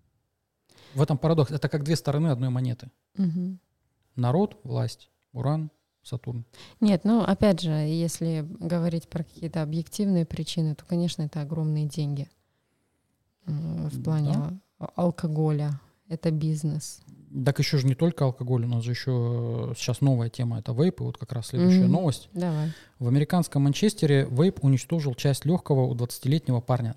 Speaker 1: в этом парадокс. Это как две стороны одной монеты. Народ, власть, Уран, Сатурн.
Speaker 2: Нет, ну опять же, если говорить про какие-то объективные причины, то, конечно, это огромные деньги в плане алкоголя. Это бизнес.
Speaker 1: Так еще же не только алкоголь, у нас же еще сейчас новая тема, это вейп, и вот как раз следующая новость.
Speaker 2: Давай.
Speaker 1: В американском Манчестере вейп уничтожил часть легкого у 20-летнего парня.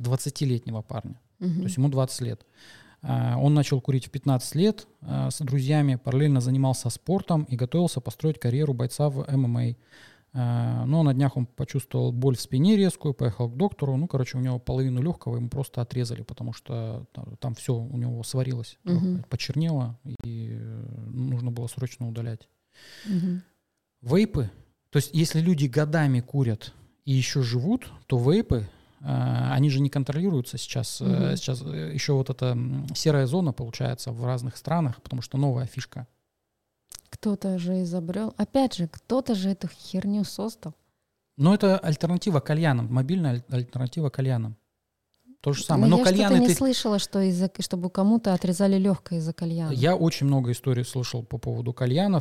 Speaker 1: То есть ему 20 лет. Он начал курить в 15 лет с друзьями, параллельно занимался спортом и готовился построить карьеру бойца в ММА. Но на днях он почувствовал боль в спине резкую, поехал к доктору. Ну, короче, у него половину легкого ему просто отрезали, потому что там все у него сварилось, почернело, и нужно было срочно удалять. Вейпы, то есть если люди годами курят и еще живут, то вейпы, они же не контролируются сейчас. Сейчас еще вот эта серая зона получается в разных странах, потому что новая фишка.
Speaker 2: Кто-то же изобрел. Опять же, кто-то же эту херню создал.
Speaker 1: Но это альтернатива кальянам, мобильная альтернатива кальянам. То же самое. Но
Speaker 2: я
Speaker 1: кальяны
Speaker 2: что-то не слышала, что чтобы кому-то отрезали легкое из-за кальяна.
Speaker 1: Я очень много историй слышал по поводу кальянов,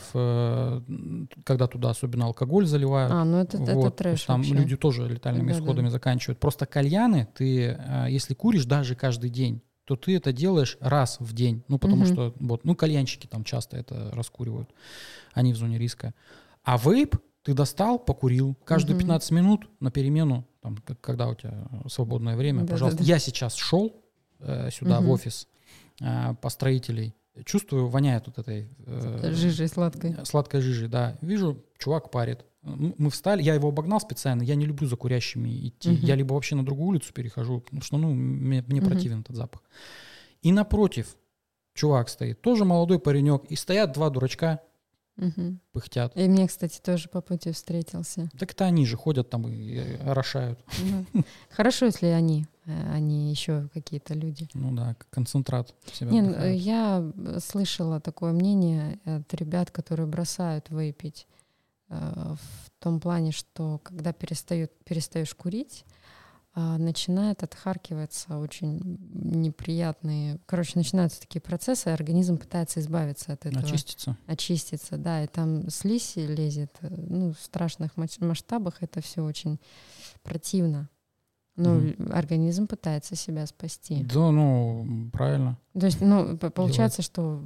Speaker 1: когда туда особенно алкоголь заливают.
Speaker 2: Ну это трэш.
Speaker 1: Там
Speaker 2: вообще.
Speaker 1: люди тоже летальными исходами заканчивают. Просто кальяны ты, если куришь даже каждый день, то ты это делаешь раз в день. Ну, потому что кальянщики там часто это раскуривают. Они в зоне риска. А вейп ты достал, покурил. Каждые 15 минут на перемену, там, когда у тебя свободное время, пожалуйста. Я сейчас шел сюда в офис по строителей. Чувствую, воняет вот этой...
Speaker 2: жижей сладкой.
Speaker 1: Сладкой жижей, да. Вижу, чувак парит. Мы встали, я его обогнал специально, я не люблю за курящими идти. Я либо вообще на другую улицу перехожу, потому что мне противен этот запах. И напротив чувак стоит, тоже молодой паренек, и стоят два дурачка, пыхтят.
Speaker 2: И мне, кстати, тоже по пути встретился.
Speaker 1: Так это они же ходят там и орошают.
Speaker 2: Хорошо, если они еще какие-то люди.
Speaker 1: Ну да, концентрат в себя.
Speaker 2: Я слышала такое мнение от ребят, которые бросают вейпить, в том плане, что когда перестаешь курить, начинает отхаркиваться очень неприятные... Короче, начинаются такие процессы, организм пытается избавиться от этого. Очиститься, да. И там слизь лезет. В страшных масштабах это все очень противно. Но организм пытается себя спасти.
Speaker 1: Да, правильно.
Speaker 2: То есть, получается, что...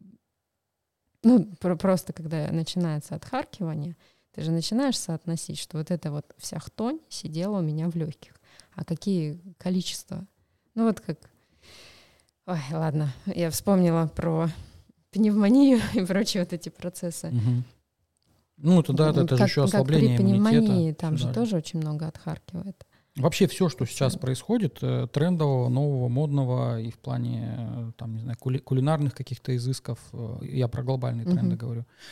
Speaker 2: просто когда начинается отхаркивание, ты же начинаешь соотносить, что вот эта вот вся хтонь сидела у меня в легких. А какие количества? Как... Ой, ладно, я вспомнила про пневмонию и прочие вот эти процессы.
Speaker 1: Это же еще ослабление
Speaker 2: иммунитета. При пневмонии
Speaker 1: иммунитета.
Speaker 2: там же тоже очень много отхаркивает.
Speaker 1: Вообще все, что сейчас происходит, трендового, нового, модного, и в плане, кулинарных каких-то изысков, я про глобальные тренды говорю,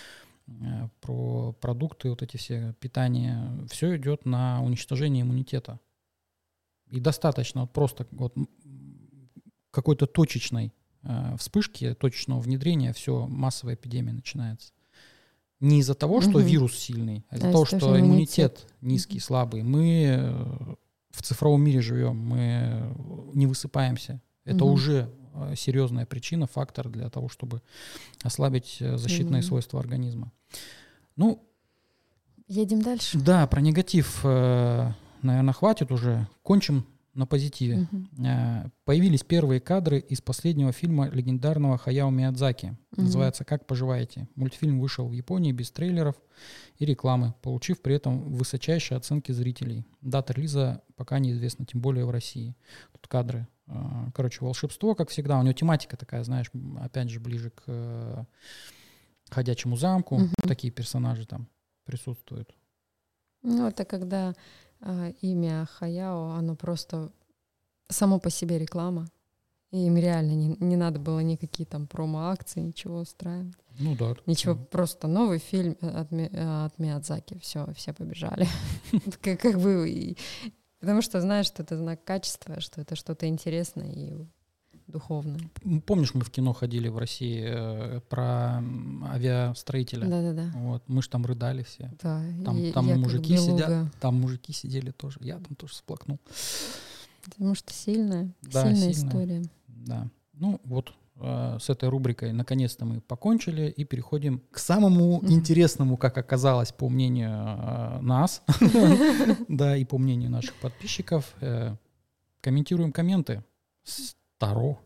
Speaker 1: про продукты, вот эти все питания, все идет на уничтожение иммунитета. И достаточно вот просто вот какой-то точечной вспышки, точечного внедрения, все, массовая эпидемия начинается. Не из-за того, что вирус сильный, а из-за того, что иммунитет низкий, слабый. Мы в цифровом мире живем, мы не высыпаемся. Это уже серьезная причина, фактор для того, чтобы ослабить защитные свойства организма. Ну,
Speaker 2: едем дальше.
Speaker 1: Да, про негатив, наверное, хватит уже. Кончим на позитиве. Появились первые кадры из последнего фильма легендарного Хаяо Миядзаки. Называется «Как поживаете?». Мультфильм вышел в Японии без трейлеров и рекламы, получив при этом высочайшие оценки зрителей. Дата релиза пока неизвестна, тем более в России. Тут кадры. Короче, волшебство, как всегда. У него тематика такая, знаешь, опять же, ближе к «Ходячему замку». Такие персонажи там присутствуют.
Speaker 2: Ну, это когда имя Хаяо, оно просто само по себе реклама. И им реально не надо было никакие там промо-акции, ничего устраивать.
Speaker 1: Ну да.
Speaker 2: Ничего, просто новый фильм от Миядзаки. Все побежали. Как бы, потому что знаешь, что это знак качества, что это что-то интересное и духовное.
Speaker 1: Помнишь, мы в кино ходили в России про авиастроителя?
Speaker 2: Да.
Speaker 1: Вот, мы же там рыдали все.
Speaker 2: Да,
Speaker 1: там мужики сидят, там мужики сидели тоже. Я там тоже всплакнул.
Speaker 2: Потому что сильная история.
Speaker 1: Да. Ну вот с этой рубрикой наконец-то мы покончили и переходим к самому интересному, как оказалось, по мнению нас, да, и по мнению наших подписчиков. Комментируем комменты. Таро.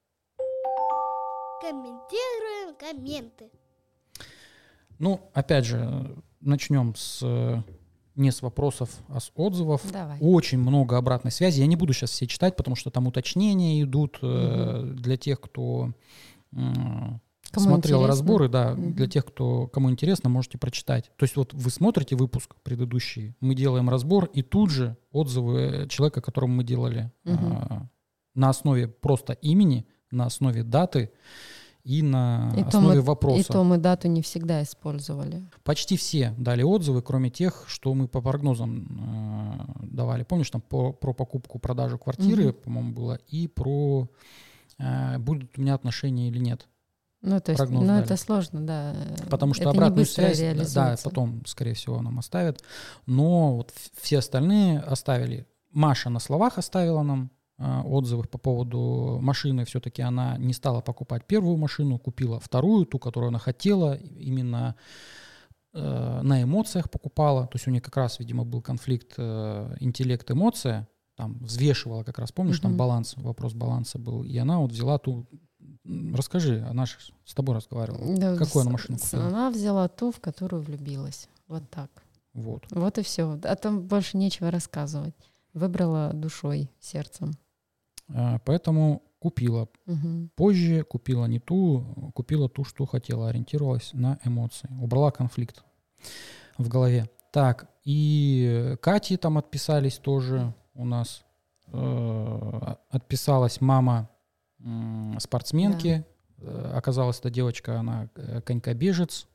Speaker 3: Комментируем комменты.
Speaker 1: Ну, опять же, начнем не с вопросов, а с отзывов.
Speaker 2: Давай.
Speaker 1: Очень много обратной связи. Я не буду сейчас все читать, потому что там уточнения идут для тех, кто смотрел разборы. Да, для тех, кому интересно, можете прочитать. То есть вот вы смотрите выпуск предыдущий, мы делаем разбор, и тут же отзывы человека, которому мы делали на основе просто имени, на основе даты и на основе вопроса.
Speaker 2: И то мы дату не всегда использовали.
Speaker 1: Почти все дали отзывы, кроме тех, что мы по прогнозам давали. Помнишь, там про покупку-продажу квартиры, по-моему, было, и про будут у меня отношения или нет.
Speaker 2: Ну, то есть, это сложно, да.
Speaker 1: Потому что
Speaker 2: это
Speaker 1: обратную связь, да, потом, скорее всего, нам оставят. Но вот все остальные оставили. Маша на словах оставила нам отзывы по поводу машины. Все-таки она не стала покупать первую машину, купила вторую, ту, которую она хотела, именно на эмоциях покупала. То есть у нее как раз, видимо, был конфликт интеллект-эмоция. Там взвешивала как раз, помнишь, там вопрос баланса был. И она вот взяла ту... Расскажи, она же с тобой разговаривала.
Speaker 2: Да,
Speaker 1: какую она машину купила?
Speaker 2: Она взяла ту, в которую влюбилась. Вот так. Вот и все. А там больше нечего рассказывать. Выбрала душой, сердцем.
Speaker 1: Поэтому купила. Позже купила не ту, купила ту, что хотела, ориентировалась на эмоции. Убрала конфликт в голове. Так, и Кате там отписались тоже у нас. Отписалась мама спортсменки. Да. Оказалось, эта девочка, она конькобежец.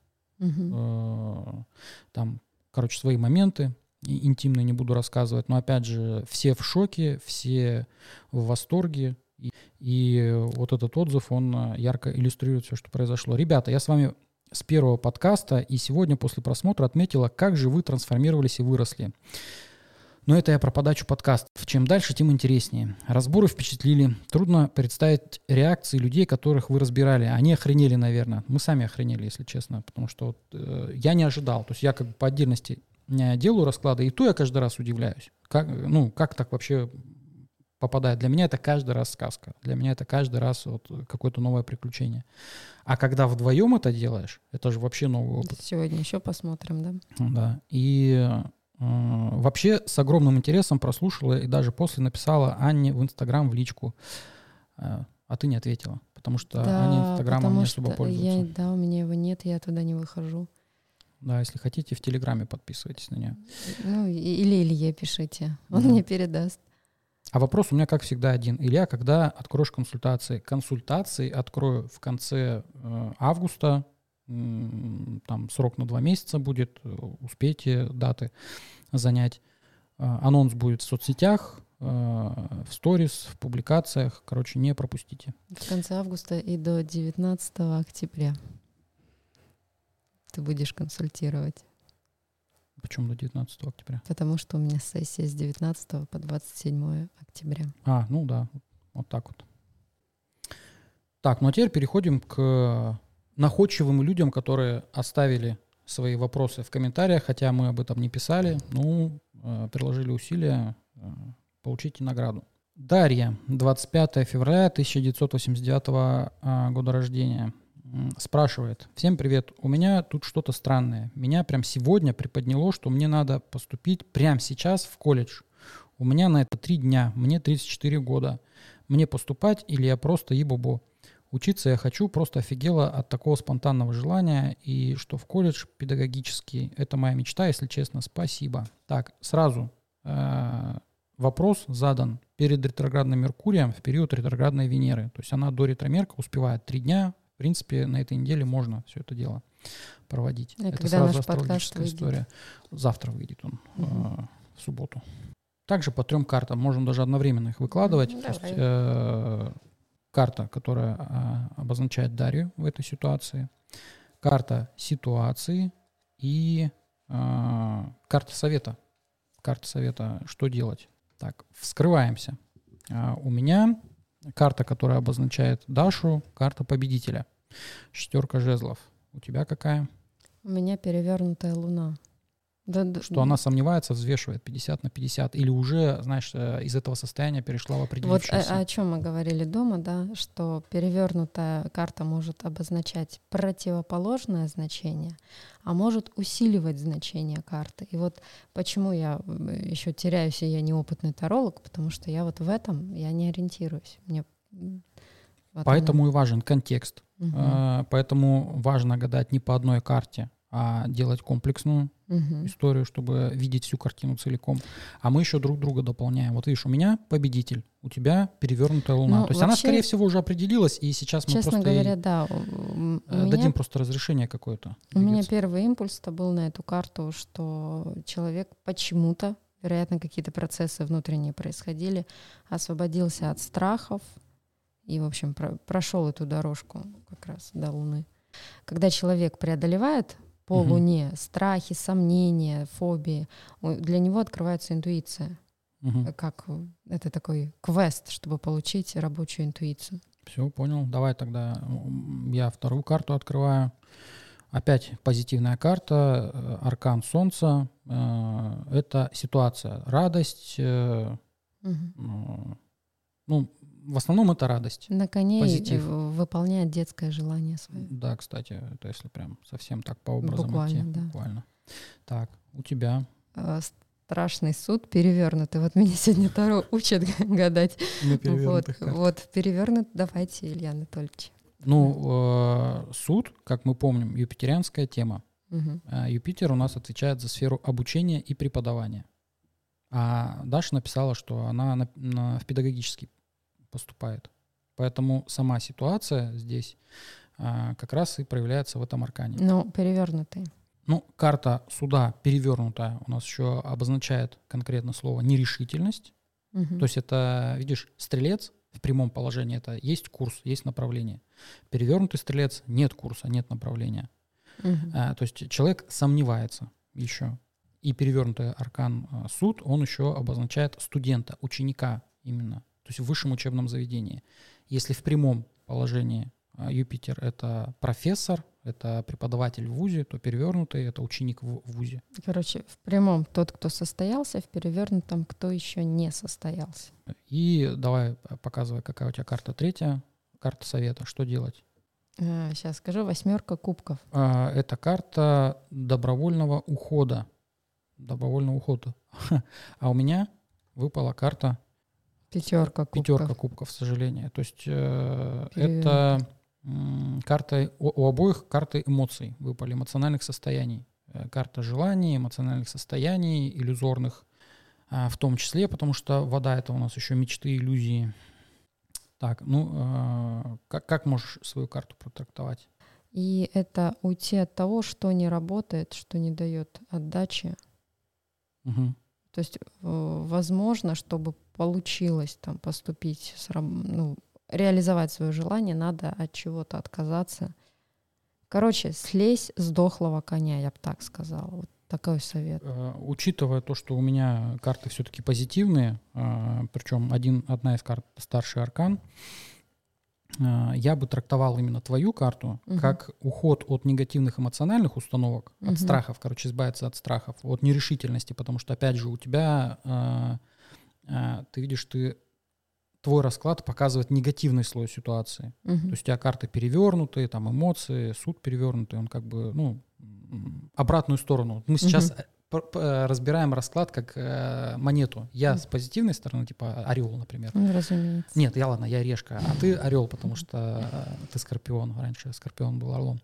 Speaker 1: Там, короче, свои моменты. Интимные не буду рассказывать, но опять же все в шоке, все в восторге, и вот этот отзыв, он ярко иллюстрирует все, что произошло. Ребята, я с вами с первого подкаста, и сегодня после просмотра отметила, как же вы трансформировались и выросли. Но это я про подачу подкастов. Чем дальше, тем интереснее. Разборы впечатлили. Трудно представить реакции людей, которых вы разбирали. Они охренели, наверное. Мы сами охренели, если честно, потому что я не ожидал. То есть я как бы по отдельности делаю расклады, и то я каждый раз удивляюсь. Как так вообще попадает? Для меня это каждый раз сказка. Для меня это каждый раз какое-то новое приключение. А когда вдвоем это делаешь, это же вообще новый опыт.
Speaker 2: Сегодня еще посмотрим, да?
Speaker 1: Да. И вообще с огромным интересом прослушала и даже после написала Анне в Инстаграм в личку. А ты не ответила, потому что Аня Инстаграмом не особо пользуется.
Speaker 2: У меня его нет, я туда не выхожу.
Speaker 1: Да, если хотите, в Телеграме подписывайтесь на нее.
Speaker 2: Или Илье пишите, он мне передаст.
Speaker 1: А вопрос у меня, как всегда, один. Илья, когда откроешь консультации? Консультации открою в конце августа, там срок на 2 месяца будет, успейте даты занять. Анонс будет в соцсетях, в сторис, в публикациях. Короче, не пропустите.
Speaker 2: В конце августа и до 19 октября ты будешь консультировать.
Speaker 1: Почему до 19 октября?
Speaker 2: Потому что у меня сессия с 19 по 27 октября.
Speaker 1: Ну да, вот так вот. Так, ну а теперь переходим к находчивым людям, которые оставили свои вопросы в комментариях, хотя мы об этом не писали, приложили усилия, получите награду. Дарья, 25 февраля 1989 года рождения, спрашивает: всем привет, у меня тут что-то странное. Меня прям сегодня приподняло, что мне надо поступить прямо сейчас в колледж. У меня на это 3 дня, мне 34 года. Мне поступать или я просто ебобо? Учиться я хочу, просто офигела от такого спонтанного желания, и что в колледж педагогический. Это моя мечта, если честно. Спасибо. Так, сразу вопрос задан перед ретроградным Меркурием в период ретроградной Венеры. То есть она до ретромерка успевает 3 дня. В принципе, на этой неделе можно все это дело проводить.
Speaker 2: А
Speaker 1: это
Speaker 2: когда
Speaker 1: сразу
Speaker 2: наш подкаст
Speaker 1: астрологическая
Speaker 2: выйдет?
Speaker 1: история. Завтра выйдет он, в субботу. Также по 3 картам. Можем даже одновременно их выкладывать. То есть, карта, которая обозначает Дарью в этой ситуации, карта ситуации и карта совета. Карта совета, что делать. Так, вскрываемся. У меня карта, которая обозначает Дашу, карта победителя. 4 жезлов. У тебя какая?
Speaker 2: У меня перевернутая луна.
Speaker 1: Что она сомневается, взвешивает 50 на 50, или уже, знаешь, из этого состояния перешла в определившееся.
Speaker 2: Вот о чем мы говорили дома, да, что перевернутая карта может обозначать противоположное значение, а может усиливать значение карты. И вот почему я еще теряюсь, и я неопытный таролог, потому что я вот в этом я не ориентируюсь.
Speaker 1: Поэтому и важен контекст. Поэтому важно гадать не по одной карте, а делать комплексную историю, чтобы видеть всю картину целиком. А мы еще друг друга дополняем. Вот видишь, у меня победитель, у тебя перевернутая луна. То есть она, скорее всего, уже определилась, и сейчас мы
Speaker 2: честно
Speaker 1: просто
Speaker 2: говоря, да,
Speaker 1: дадим просто разрешение какое-то.
Speaker 2: У меня первый импульс-то был на эту карту, что человек почему-то, вероятно, какие-то процессы внутренние происходили, освободился от страхов и, в общем, прошел эту дорожку как раз до Луны. Когда человек преодолевает по Луне страхи, сомнения, фобии, для него открывается интуиция. Как это такой квест, чтобы получить рабочую интуицию.
Speaker 1: Все, понял. Давай тогда я 2 карту открываю. Опять позитивная карта, аркан Солнца. Это ситуация, радость. В основном это радость.
Speaker 2: На коне
Speaker 1: позитив.
Speaker 2: Выполняет детское желание свое.
Speaker 1: Да, кстати, это если прям совсем так по образам
Speaker 2: буквально,
Speaker 1: идти.
Speaker 2: Да.
Speaker 1: Буквально. Так, у тебя?
Speaker 2: Страшный суд перевернутый. Вот меня сегодня Таро учат гадать.
Speaker 1: На перевернутых картах.
Speaker 2: Вот перевернут. Давайте, Илья Анатольевич.
Speaker 1: Суд, как мы помним, юпитерианская тема. Юпитер у нас отвечает за сферу обучения и преподавания. А Даша написала, что она в педагогический поступает. Поэтому сама ситуация здесь как раз и проявляется в этом аркане.
Speaker 2: Перевернутый.
Speaker 1: Карта суда перевернутая у нас еще обозначает конкретно слово нерешительность. То есть это, видишь, стрелец в прямом положении, это есть курс, есть направление. Перевернутый стрелец — нет курса, нет направления. То есть человек сомневается еще. И перевернутый аркан суд, он еще обозначает студента, ученика именно. То есть в высшем учебном заведении. Если в прямом положении Юпитер — это профессор, это преподаватель в вузе, то перевернутый — это ученик в вузе.
Speaker 2: Короче, в прямом тот, кто состоялся, в перевернутом кто еще не состоялся.
Speaker 1: И давай показывай, какая у тебя карта 3, карта совета. Что делать?
Speaker 2: Сейчас скажу. 8 кубков.
Speaker 1: Это карта добровольного ухода. Добровольного ухода. А у меня выпала карта
Speaker 2: 5 кубков.
Speaker 1: 5 кубков, к сожалению. То есть это карта, у обоих карты эмоций выпали, эмоциональных состояний. Карта желаний, эмоциональных состояний, иллюзорных в том числе, потому что вода — это у нас еще мечты, иллюзии. Так, как можешь свою карту протрактовать?
Speaker 2: И это уйти от того, что не работает, что не дает отдачи.
Speaker 1: Мгм.
Speaker 2: То есть, возможно, чтобы получилось там поступить, реализовать свое желание, надо от чего-то отказаться. Короче, слезь с дохлого коня, я бы так сказала. Вот такой совет.
Speaker 1: Учитывая то, что у меня карты все-таки позитивные, причем одна из карт старший аркан, я бы трактовал именно твою карту как уход от негативных эмоциональных установок, от страхов, избавиться от страхов, от нерешительности, потому что, опять же, у тебя, ты видишь, твой расклад показывает негативный слой ситуации. То есть у тебя карты перевернутые, там эмоции, суд перевернутый, он обратную сторону. Мы сейчас разбираем расклад как монету. Я с позитивной стороны, типа орел, например.
Speaker 2: Ну, разумеется.
Speaker 1: Нет, я решка, а ты орел, потому что ты скорпион. Раньше скорпион был орлом.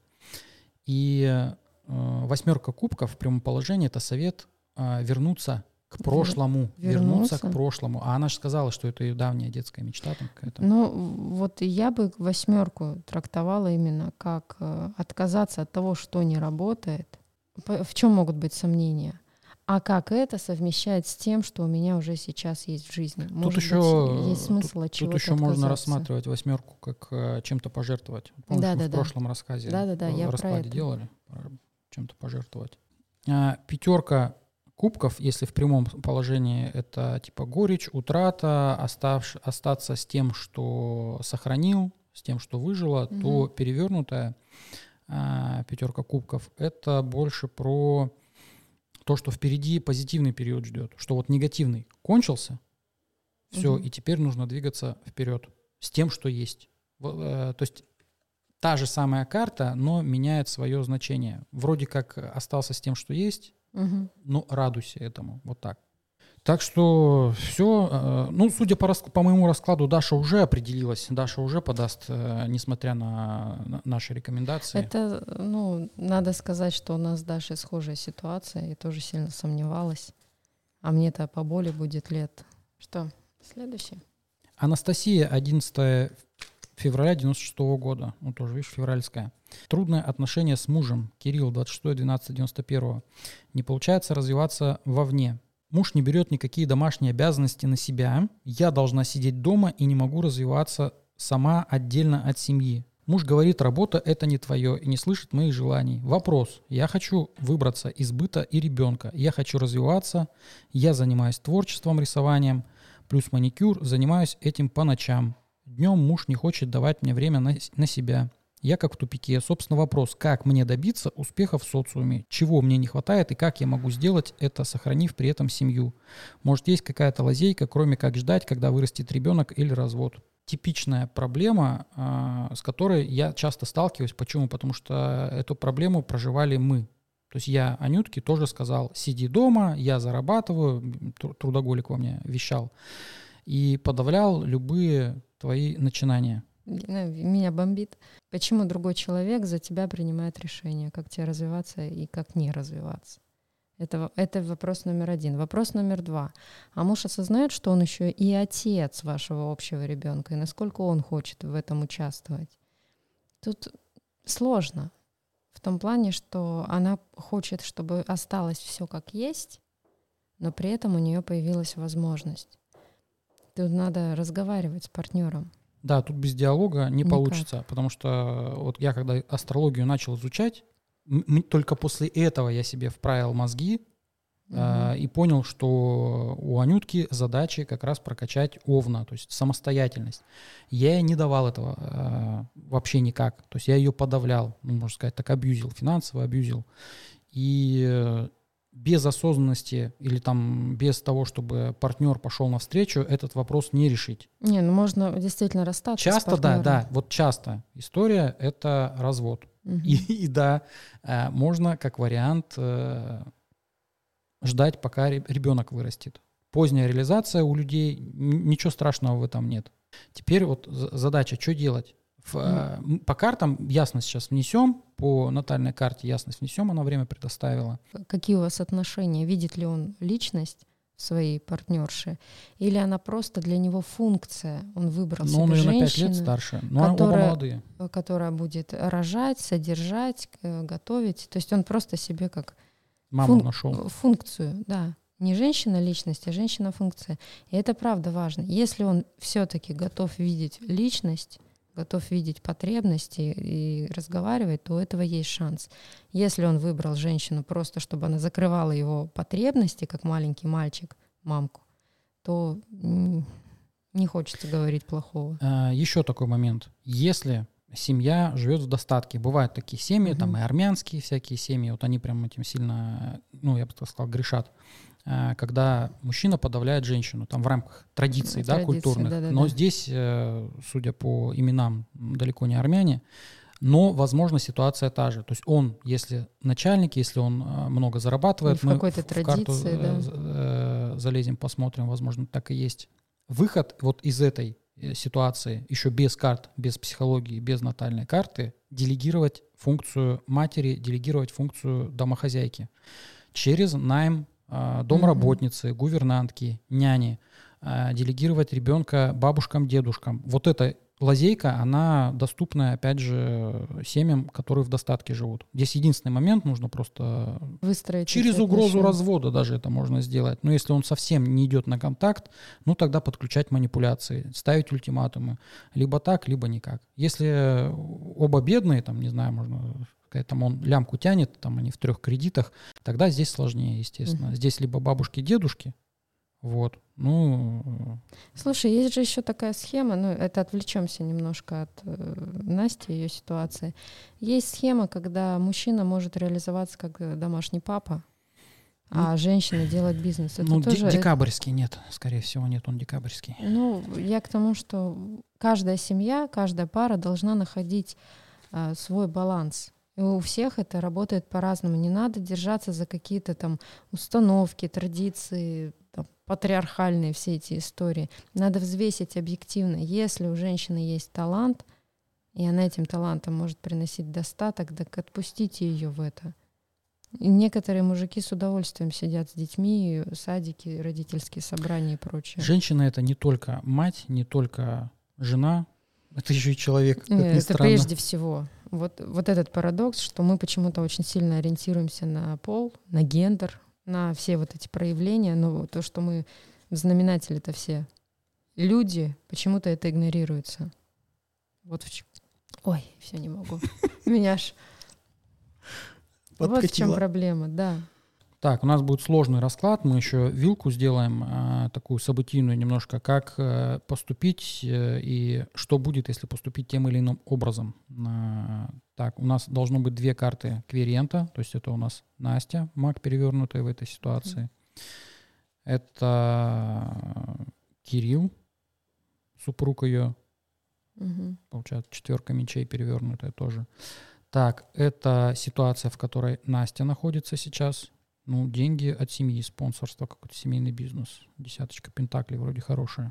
Speaker 1: И 8 кубков в прямом положении — это совет вернуться к прошлому. Вернуться к прошлому. А она же сказала, что это ее давняя детская мечта там какая-то.
Speaker 2: Ну, вот я бы 8 трактовала именно как отказаться от того, что не работает. В чем могут быть сомнения? А как это совмещать с тем, что у меня уже сейчас есть в жизни? Может быть, есть смысл от чего-то
Speaker 1: Тут еще
Speaker 2: отказаться.
Speaker 1: можно рассматривать 8 как чем-то пожертвовать. Помнишь, мы в прошлом рассказе
Speaker 2: я
Speaker 1: раскладе делали, чем-то пожертвовать. 5 кубков, если в прямом положении, это типа горечь, утрата, остаться с тем, что сохранил, с тем, что выжило, то перевернутая 5 кубков — это больше про то, что впереди позитивный период ждет, что вот негативный кончился, все, и теперь нужно двигаться вперед с тем, что есть. То есть та же самая карта, но меняет свое значение. Вроде как остался с тем, что есть, но радуйся этому, вот так. Так что все. Судя по моему раскладу, Даша уже определилась, Даша уже подаст, несмотря на наши рекомендации.
Speaker 2: Это, надо сказать, что у нас с Дашей схожая ситуация. Я тоже сильно сомневалась. А мне-то поболее будет лет. Что, следующий?
Speaker 1: Анастасия, 11 февраля 96 года. Тоже, видишь, февральская. Трудное отношение с мужем. Кирилл, 26.12.91. Не получается развиваться вовне. Муж не берет никакие домашние обязанности на себя. Я должна сидеть дома и не могу развиваться сама отдельно от семьи. Муж говорит, работа — это не твое, и не слышит моих желаний. Вопрос. Я хочу выбраться из быта и ребенка. Я хочу развиваться. Я занимаюсь творчеством, рисованием, плюс маникюр. Занимаюсь этим по ночам. Днем муж не хочет давать мне время на себя. Я как в тупике. Собственно, вопрос, как мне добиться успеха в социуме, чего мне не хватает и как я могу сделать это, сохранив при этом семью. Может, есть какая-то лазейка, кроме как ждать, когда вырастет ребенок или развод. Типичная проблема, с которой я часто сталкиваюсь. Почему? Потому что эту проблему проживали мы. То есть я Анютке тоже сказал, сиди дома, я зарабатываю, трудоголик во мне вещал, и подавлял любые твои начинания.
Speaker 2: Меня бомбит. Почему другой человек за тебя принимает решение, как тебе развиваться и как не развиваться? Это вопрос номер 1. Вопрос номер 2. А муж осознает, что он еще и отец вашего общего ребенка, и насколько он хочет в этом участвовать? Тут сложно. В том плане, что она хочет, чтобы осталось все как есть, но при этом у нее появилась возможность. Тут надо разговаривать с партнером.
Speaker 1: Да, тут без диалога не получится, потому что вот я когда астрологию начал изучать, только после этого я себе вправил мозги и понял, что у Анютки задачи как раз прокачать Овна, то есть самостоятельность. Я ей не давал этого вообще никак, то есть я ее подавлял, можно сказать, так абьюзил, финансово абьюзил. И без осознанности или там без того, чтобы партнер пошел навстречу, этот вопрос не решить.
Speaker 2: Можно действительно расстаться
Speaker 1: часто,
Speaker 2: с партнером.
Speaker 1: Да, вот часто история — это развод. И да, можно как вариант ждать, пока ребенок вырастет. Поздняя реализация у людей, ничего страшного в этом нет. Теперь вот задача, что делать? По картам ясность сейчас внесем, по натальной карте ясность внесем, она время предоставила.
Speaker 2: Какие у вас отношения? Видит ли он личность в своей партнерше, или она просто для него функция. Он выбрал
Speaker 1: Ну, он
Speaker 2: себе
Speaker 1: ее на 5 лет
Speaker 2: женщину,
Speaker 1: старше, но оба молодые.
Speaker 2: которая будет рожать, содержать, готовить. То есть он просто себе как
Speaker 1: Маму нашел.
Speaker 2: функцию, да. Не женщина-личность, а женщина-функция. И это правда важно. Если он все-таки готов видеть личность, готов видеть потребности и разговаривать, то у этого есть шанс. Если он выбрал женщину просто, чтобы она закрывала его потребности, как маленький мальчик, мамку, то не хочется говорить плохого.
Speaker 1: Еще такой момент. Если семья живет в достатке, бывают такие семьи, там и армянские всякие семьи, вот они прям этим сильно, ну, я бы так сказал, грешат, когда мужчина подавляет женщину, там в рамках традиций, да, культурных.
Speaker 2: Да.
Speaker 1: Но здесь, судя по именам, далеко не армяне, но, возможно, ситуация та же. То есть он, если начальник, если он много зарабатывает,
Speaker 2: в какой-то традиции,
Speaker 1: карту залезем, посмотрим, возможно, так и есть. Выход вот из этой ситуации, еще без карт, без психологии, без натальной карты, делегировать функцию матери, делегировать функцию домохозяйки через найм домработницы, гувернантки, няни, делегировать ребенка бабушкам, дедушкам. Вот эта лазейка, она доступна, опять же, семьям, которые в достатке живут. Здесь единственный момент, нужно просто
Speaker 2: выстроить
Speaker 1: через угрозу развода даже это можно сделать. Но если он совсем не идет на контакт, ну тогда подключать манипуляции, ставить ультиматумы. Либо так, либо никак. Если оба бедные, там, не знаю, можно... там он лямку тянет, там они в 3 кредитах, тогда здесь сложнее, естественно. Здесь либо бабушки, дедушки, вот, ну...
Speaker 2: Слушай, есть же еще такая схема, ну, это отвлечемся немножко от Насти, ее ситуации. Есть схема, когда мужчина может реализоваться как домашний папа, а женщина делать бизнес. Это тоже
Speaker 1: декабрьский нет, скорее всего, нет, он декабрьский.
Speaker 2: Ну, я к тому, что каждая семья, каждая пара должна находить свой баланс. И у всех это работает по-разному. Не надо держаться за какие-то там установки, традиции, там, патриархальные все эти истории. Надо взвесить объективно. Если у женщины есть талант, и она этим талантом может приносить достаток, так отпустите ее в это. И некоторые мужики с удовольствием сидят с детьми, садики, родительские собрания и прочее.
Speaker 1: Женщина — это не только мать, не только жена, это еще и человек.
Speaker 2: Это прежде всего. Вот этот парадокс, что мы почему-то очень сильно ориентируемся на пол, на гендер, на все вот эти проявления, но то, что мы в знаменателе-то все люди, почему-то это игнорируется. Ой, все не могу. Меня аж... Вот в чем проблема, да.
Speaker 1: Так, у нас будет сложный расклад, мы еще вилку сделаем, такую событийную немножко, как поступить и что будет, если поступить тем или иным образом. Так, у нас должно быть 2 карты квириента, то есть это у нас Настя, маг перевернутая в этой ситуации. Это Кирилл, супруг ее, получается 4 мечей перевернутая тоже. Так, это ситуация, в которой Настя находится сейчас. Ну, деньги от семьи, спонсорство, какой-то семейный бизнес. 10 пентаклей вроде хорошая.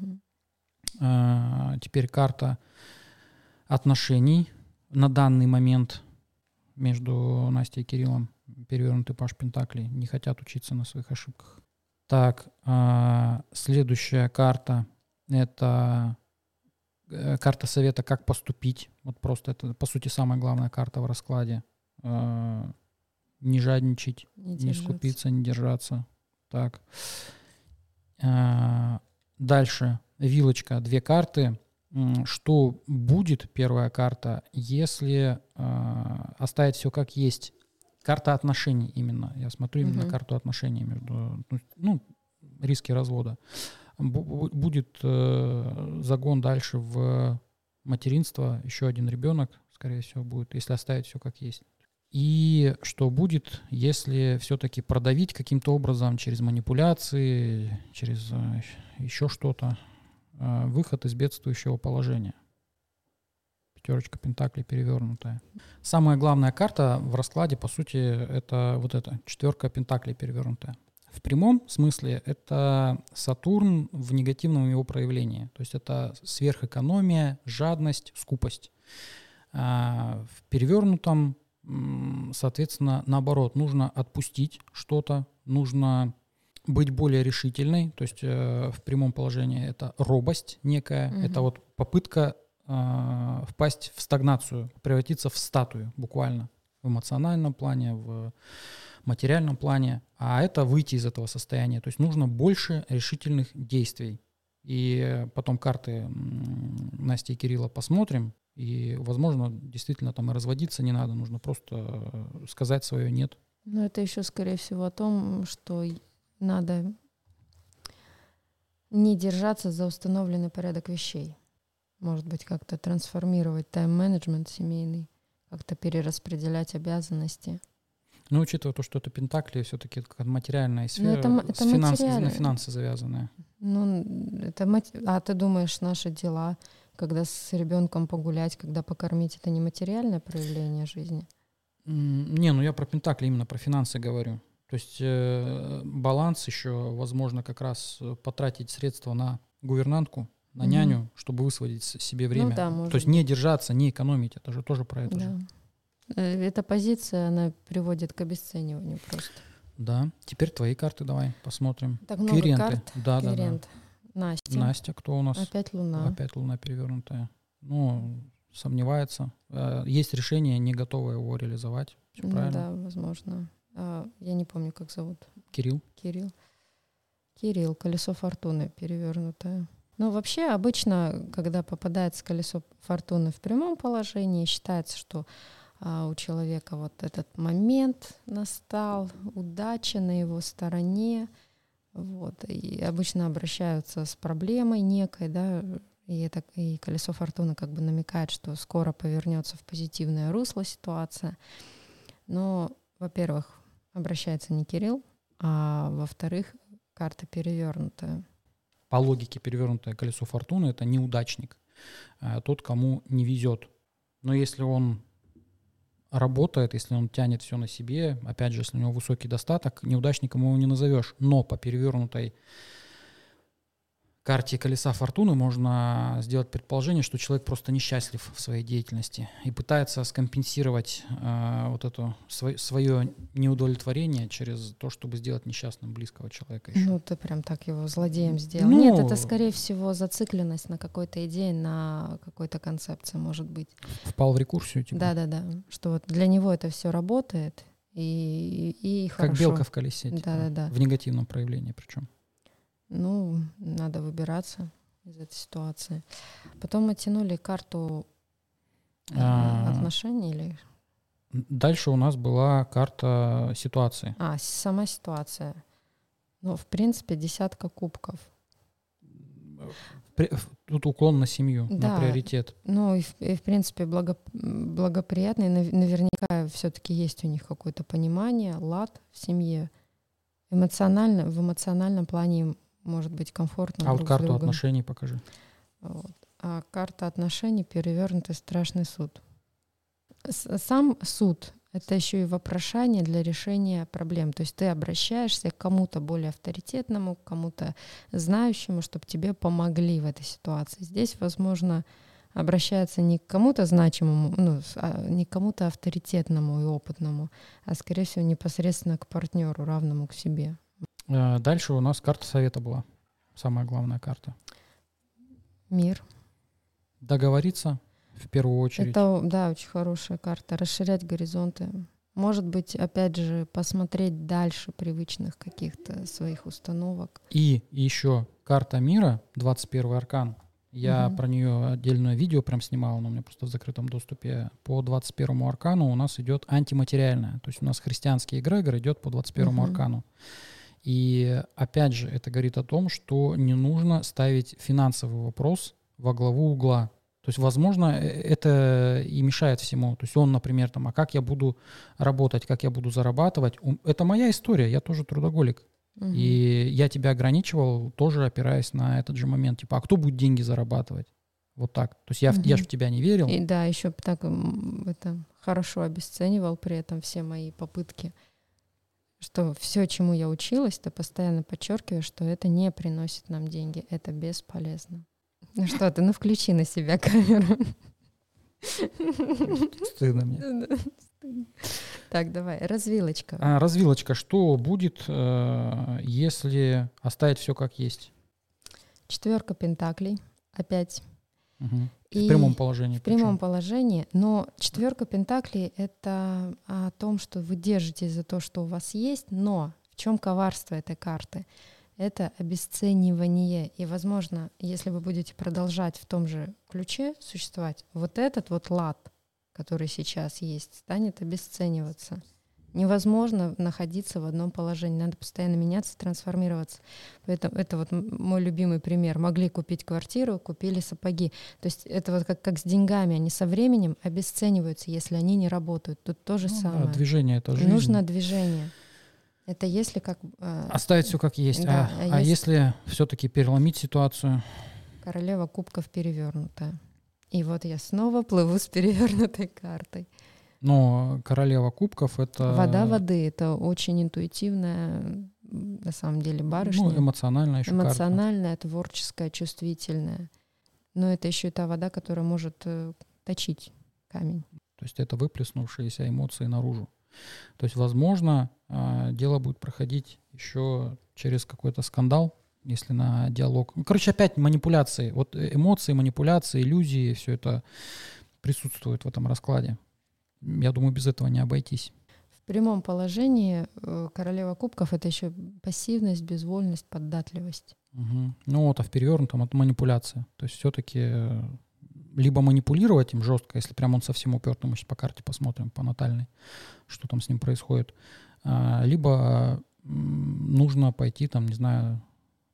Speaker 1: Теперь карта отношений на данный момент между Настей и Кириллом. Перевернутый паж пентаклей. Не хотят учиться на своих ошибках. Так, следующая карта — это карта совета, как поступить. Вот просто это, по сути, самая главная карта в раскладе. Не жадничать, не скупиться, не держаться. Так. Дальше вилочка, 2 карты. Что будет, первая карта, если оставить все как есть? Карта отношений именно. Я смотрю именно карту отношений между, риски развода. Будет загон дальше в материнство, еще один ребенок, скорее всего, будет, если оставить все как есть. И что будет, если все-таки продавить каким-то образом через манипуляции, через еще что-то, выход из бедствующего положения. 5 пентаклей перевернутая. Самая главная карта в раскладе, по сути, это вот эта 4 пентаклей перевернутая. В прямом смысле это Сатурн в негативном его проявлении. То есть это сверхэкономия, жадность, скупость. В перевернутом, соответственно, наоборот, нужно отпустить что-то, нужно быть более решительной, то есть в прямом положении это робость некая, это вот попытка впасть в стагнацию, превратиться в статую буквально в эмоциональном плане, в материальном плане, а это выйти из этого состояния. То есть нужно больше решительных действий. И потом карты Насти и Кирилла посмотрим, и, возможно, действительно там и разводиться не надо, нужно просто сказать свое «нет».
Speaker 2: Но это еще, скорее всего, о том, что надо не держаться за установленный порядок вещей. Может быть, как-то трансформировать тайм-менеджмент семейный, как-то перераспределять обязанности.
Speaker 1: Но учитывая то, что это пентакли, все-таки материальная сфера,
Speaker 2: это
Speaker 1: на финансы завязанная.
Speaker 2: Ну, а ты думаешь, наши дела, когда с ребенком погулять, когда покормить, это не материальное проявление жизни?
Speaker 1: Не, ну я про пентакли, именно про финансы говорю. То есть баланс еще, возможно, как раз потратить средства на гувернантку, на няню, чтобы высвободить себе время.
Speaker 2: Ну, да,
Speaker 1: то есть не держаться, не экономить, это же тоже про это же.
Speaker 2: Эта позиция, она приводит к обесцениванию просто.
Speaker 1: Да. Теперь твои карты давай посмотрим.
Speaker 2: Так много
Speaker 1: Клиенты.
Speaker 2: карт.
Speaker 1: Да.
Speaker 2: Настя.
Speaker 1: Настя, кто у нас?
Speaker 2: Опять Луна.
Speaker 1: Опять Луна перевернутая. Ну, сомневается. Есть решение, не готова его реализовать. Все правильно?
Speaker 2: Да, возможно. Я не помню, как зовут.
Speaker 1: Кирилл,
Speaker 2: колесо фортуны перевернутое. Ну, вообще, обычно, когда попадается колесо фортуны в прямом положении, считается, что у человека вот этот момент настал, удача на его стороне. Вот. И обычно обращаются с проблемой некой, да, и колесо фортуны как бы намекает, что скоро повернется в позитивное русло ситуация. Но, во-первых, обращается не Кирилл, а во-вторых, карта перевернутая.
Speaker 1: по логике перевернутое колесо фортуны — это неудачник, тот, кому не везет. Но если он работает, если он тянет все на себе, опять же, если у него высокий достаток, неудачником его не назовешь. Но по перевернутой карте колеса фортуны можно сделать предположение, что человек просто несчастлив в своей деятельности и пытается скомпенсировать вот это свое неудовлетворение через то, чтобы сделать несчастным близкого человека еще.
Speaker 2: Ну, ты прям так его злодеем сделал. Нет, это, скорее всего, зацикленность на какой-то идее, на какой-то концепции, может быть.
Speaker 1: Впал в рекурсию, типа?
Speaker 2: Да. Что вот для него это все работает, и хорошо.
Speaker 1: Как белка в колесе, типа,
Speaker 2: Да.
Speaker 1: в негативном проявлении причем.
Speaker 2: Ну, надо выбираться из этой ситуации. Потом мы тянули карту отношений или...
Speaker 1: Дальше у нас была карта ситуации.
Speaker 2: Сама ситуация. Ну, в принципе, 10 кубков.
Speaker 1: Тут уклон на семью, на приоритет.
Speaker 2: Ну, и в принципе, благоприятный. Наверняка все-таки есть у них какое-то понимание, лад в семье. В эмоциональном плане им может быть комфортно.
Speaker 1: А вот карту отношений покажи.
Speaker 2: Вот. А карта отношений — перевернутый страшный суд. Сам суд — это еще и вопрошание для решения проблем. То есть ты обращаешься к кому-то более авторитетному, к кому-то знающему, чтобы тебе помогли в этой ситуации. Здесь, возможно, обращается не к кому-то значимому, не к кому-то авторитетному и опытному, а, скорее всего, непосредственно к партнеру, равному к себе.
Speaker 1: Дальше у нас карта совета была. Самая главная карта.
Speaker 2: Мир.
Speaker 1: Договориться в первую очередь.
Speaker 2: Это, да, очень хорошая карта. Расширять горизонты. Может быть, опять же, посмотреть дальше привычных каких-то своих установок.
Speaker 1: И еще карта мира, 21-й аркан. Я про нее отдельное видео прям снимал, оно у меня просто в закрытом доступе. По 21-му аркану у нас идет антиматериальное. То есть у нас христианский эгрегор идет по 21-му аркану. И опять же, это говорит о том, что не нужно ставить финансовый вопрос во главу угла. То есть, возможно, это и мешает всему. То есть он, например, а как я буду работать, как я буду зарабатывать. Это моя история, я тоже трудоголик. И я тебя ограничивал, тоже опираясь на этот же момент. Типа, а кто будет деньги зарабатывать? Вот так. То есть я же в тебя не верил.
Speaker 2: И да, еще так это хорошо обесценивал при этом все мои попытки. Что все, чему я училась, ты постоянно подчеркиваешь, что это не приносит нам деньги, это бесполезно. Ну что ты, включи на себя камеру.
Speaker 1: Стыдно мне.
Speaker 2: Так, давай, развилочка.
Speaker 1: Развилочка. Что будет, если оставить все как есть?
Speaker 2: 4 пентаклей опять.
Speaker 1: Мгм.
Speaker 2: И
Speaker 1: В прямом положении.
Speaker 2: в прямом
Speaker 1: причем.
Speaker 2: положении, но 4 пентаклей — это о том, что вы держитесь за то, что у вас есть, но в чем коварство этой карты? Это обесценивание. И, возможно, если вы будете продолжать в том же ключе существовать, вот этот вот лад, который сейчас есть, станет обесцениваться. Невозможно находиться в одном положении. Надо постоянно меняться, трансформироваться. Поэтому это вот мой любимый пример. Могли купить квартиру, купили сапоги. То есть это вот как с деньгами. Они со временем обесцениваются, если они не работают. Тут то же самое.
Speaker 1: Да, движение — это жизнь.
Speaker 2: Нужно движение. Это если как...
Speaker 1: Оставить все как есть.
Speaker 2: Да,
Speaker 1: А если все-таки переломить ситуацию?
Speaker 2: Королева кубков перевернутая. И вот я снова плыву с перевернутой картой.
Speaker 1: Но королева кубков — это...
Speaker 2: Вода воды — это очень интуитивная, на самом деле, барышня.
Speaker 1: Ну, эмоциональная еще карта.
Speaker 2: Эмоциональная, творческая, чувствительная. Но это еще и та вода, которая может точить камень.
Speaker 1: То есть это выплеснувшиеся эмоции наружу. То есть, возможно, дело будет проходить еще через какой-то скандал, если на диалог. Ну, короче, опять манипуляции. Вот эмоции, манипуляции, иллюзии, все это присутствует в этом раскладе. Я думаю, без этого не обойтись.
Speaker 2: В прямом положении королева кубков — это еще пассивность, безвольность, податливость.
Speaker 1: Угу. Ну вот, а в перевернутом это манипуляция. То есть все-таки либо манипулировать им жестко, если прям он совсем упертый, мы сейчас по карте посмотрим, по натальной, что там с ним происходит. Либо нужно пойти, там, не знаю,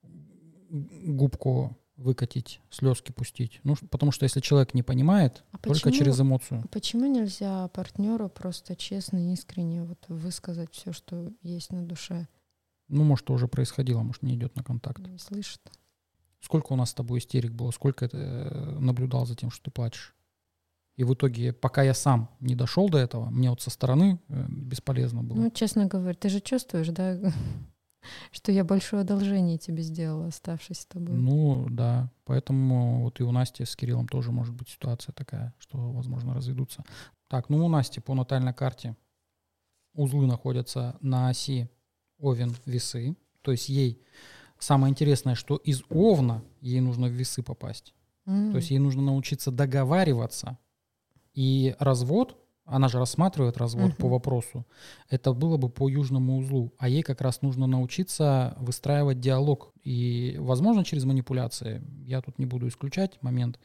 Speaker 1: губку выкатить, слезки пустить. Ну, потому что если человек не понимает, только через эмоцию.
Speaker 2: Почему нельзя партнеру просто честно и искренне вот высказать все, что есть на душе?
Speaker 1: Ну, может, это уже происходило, может, не идет на контакт.
Speaker 2: Не слышит.
Speaker 1: Сколько у нас с тобой истерик было? Сколько ты наблюдал за тем, что ты плачешь? И в итоге, пока я сам не дошел до этого, мне вот со стороны бесполезно было.
Speaker 2: Ну, честно говоря, ты же чувствуешь, да, что я большое одолжение тебе сделала, оставшись с тобой.
Speaker 1: Ну, да. Поэтому вот и у Насти с Кириллом тоже может быть ситуация такая, что, возможно, разведутся. Так, ну у Насти по натальной карте узлы находятся на оси Овен-Весы. То есть ей самое интересное, что из Овна ей нужно в Весы попасть. То есть ей нужно научиться договариваться. И развод, она же рассматривает развод по вопросу, это было бы по южному узлу. А ей как раз нужно научиться выстраивать диалог. И, возможно, через манипуляции. Я тут не буду исключать момент.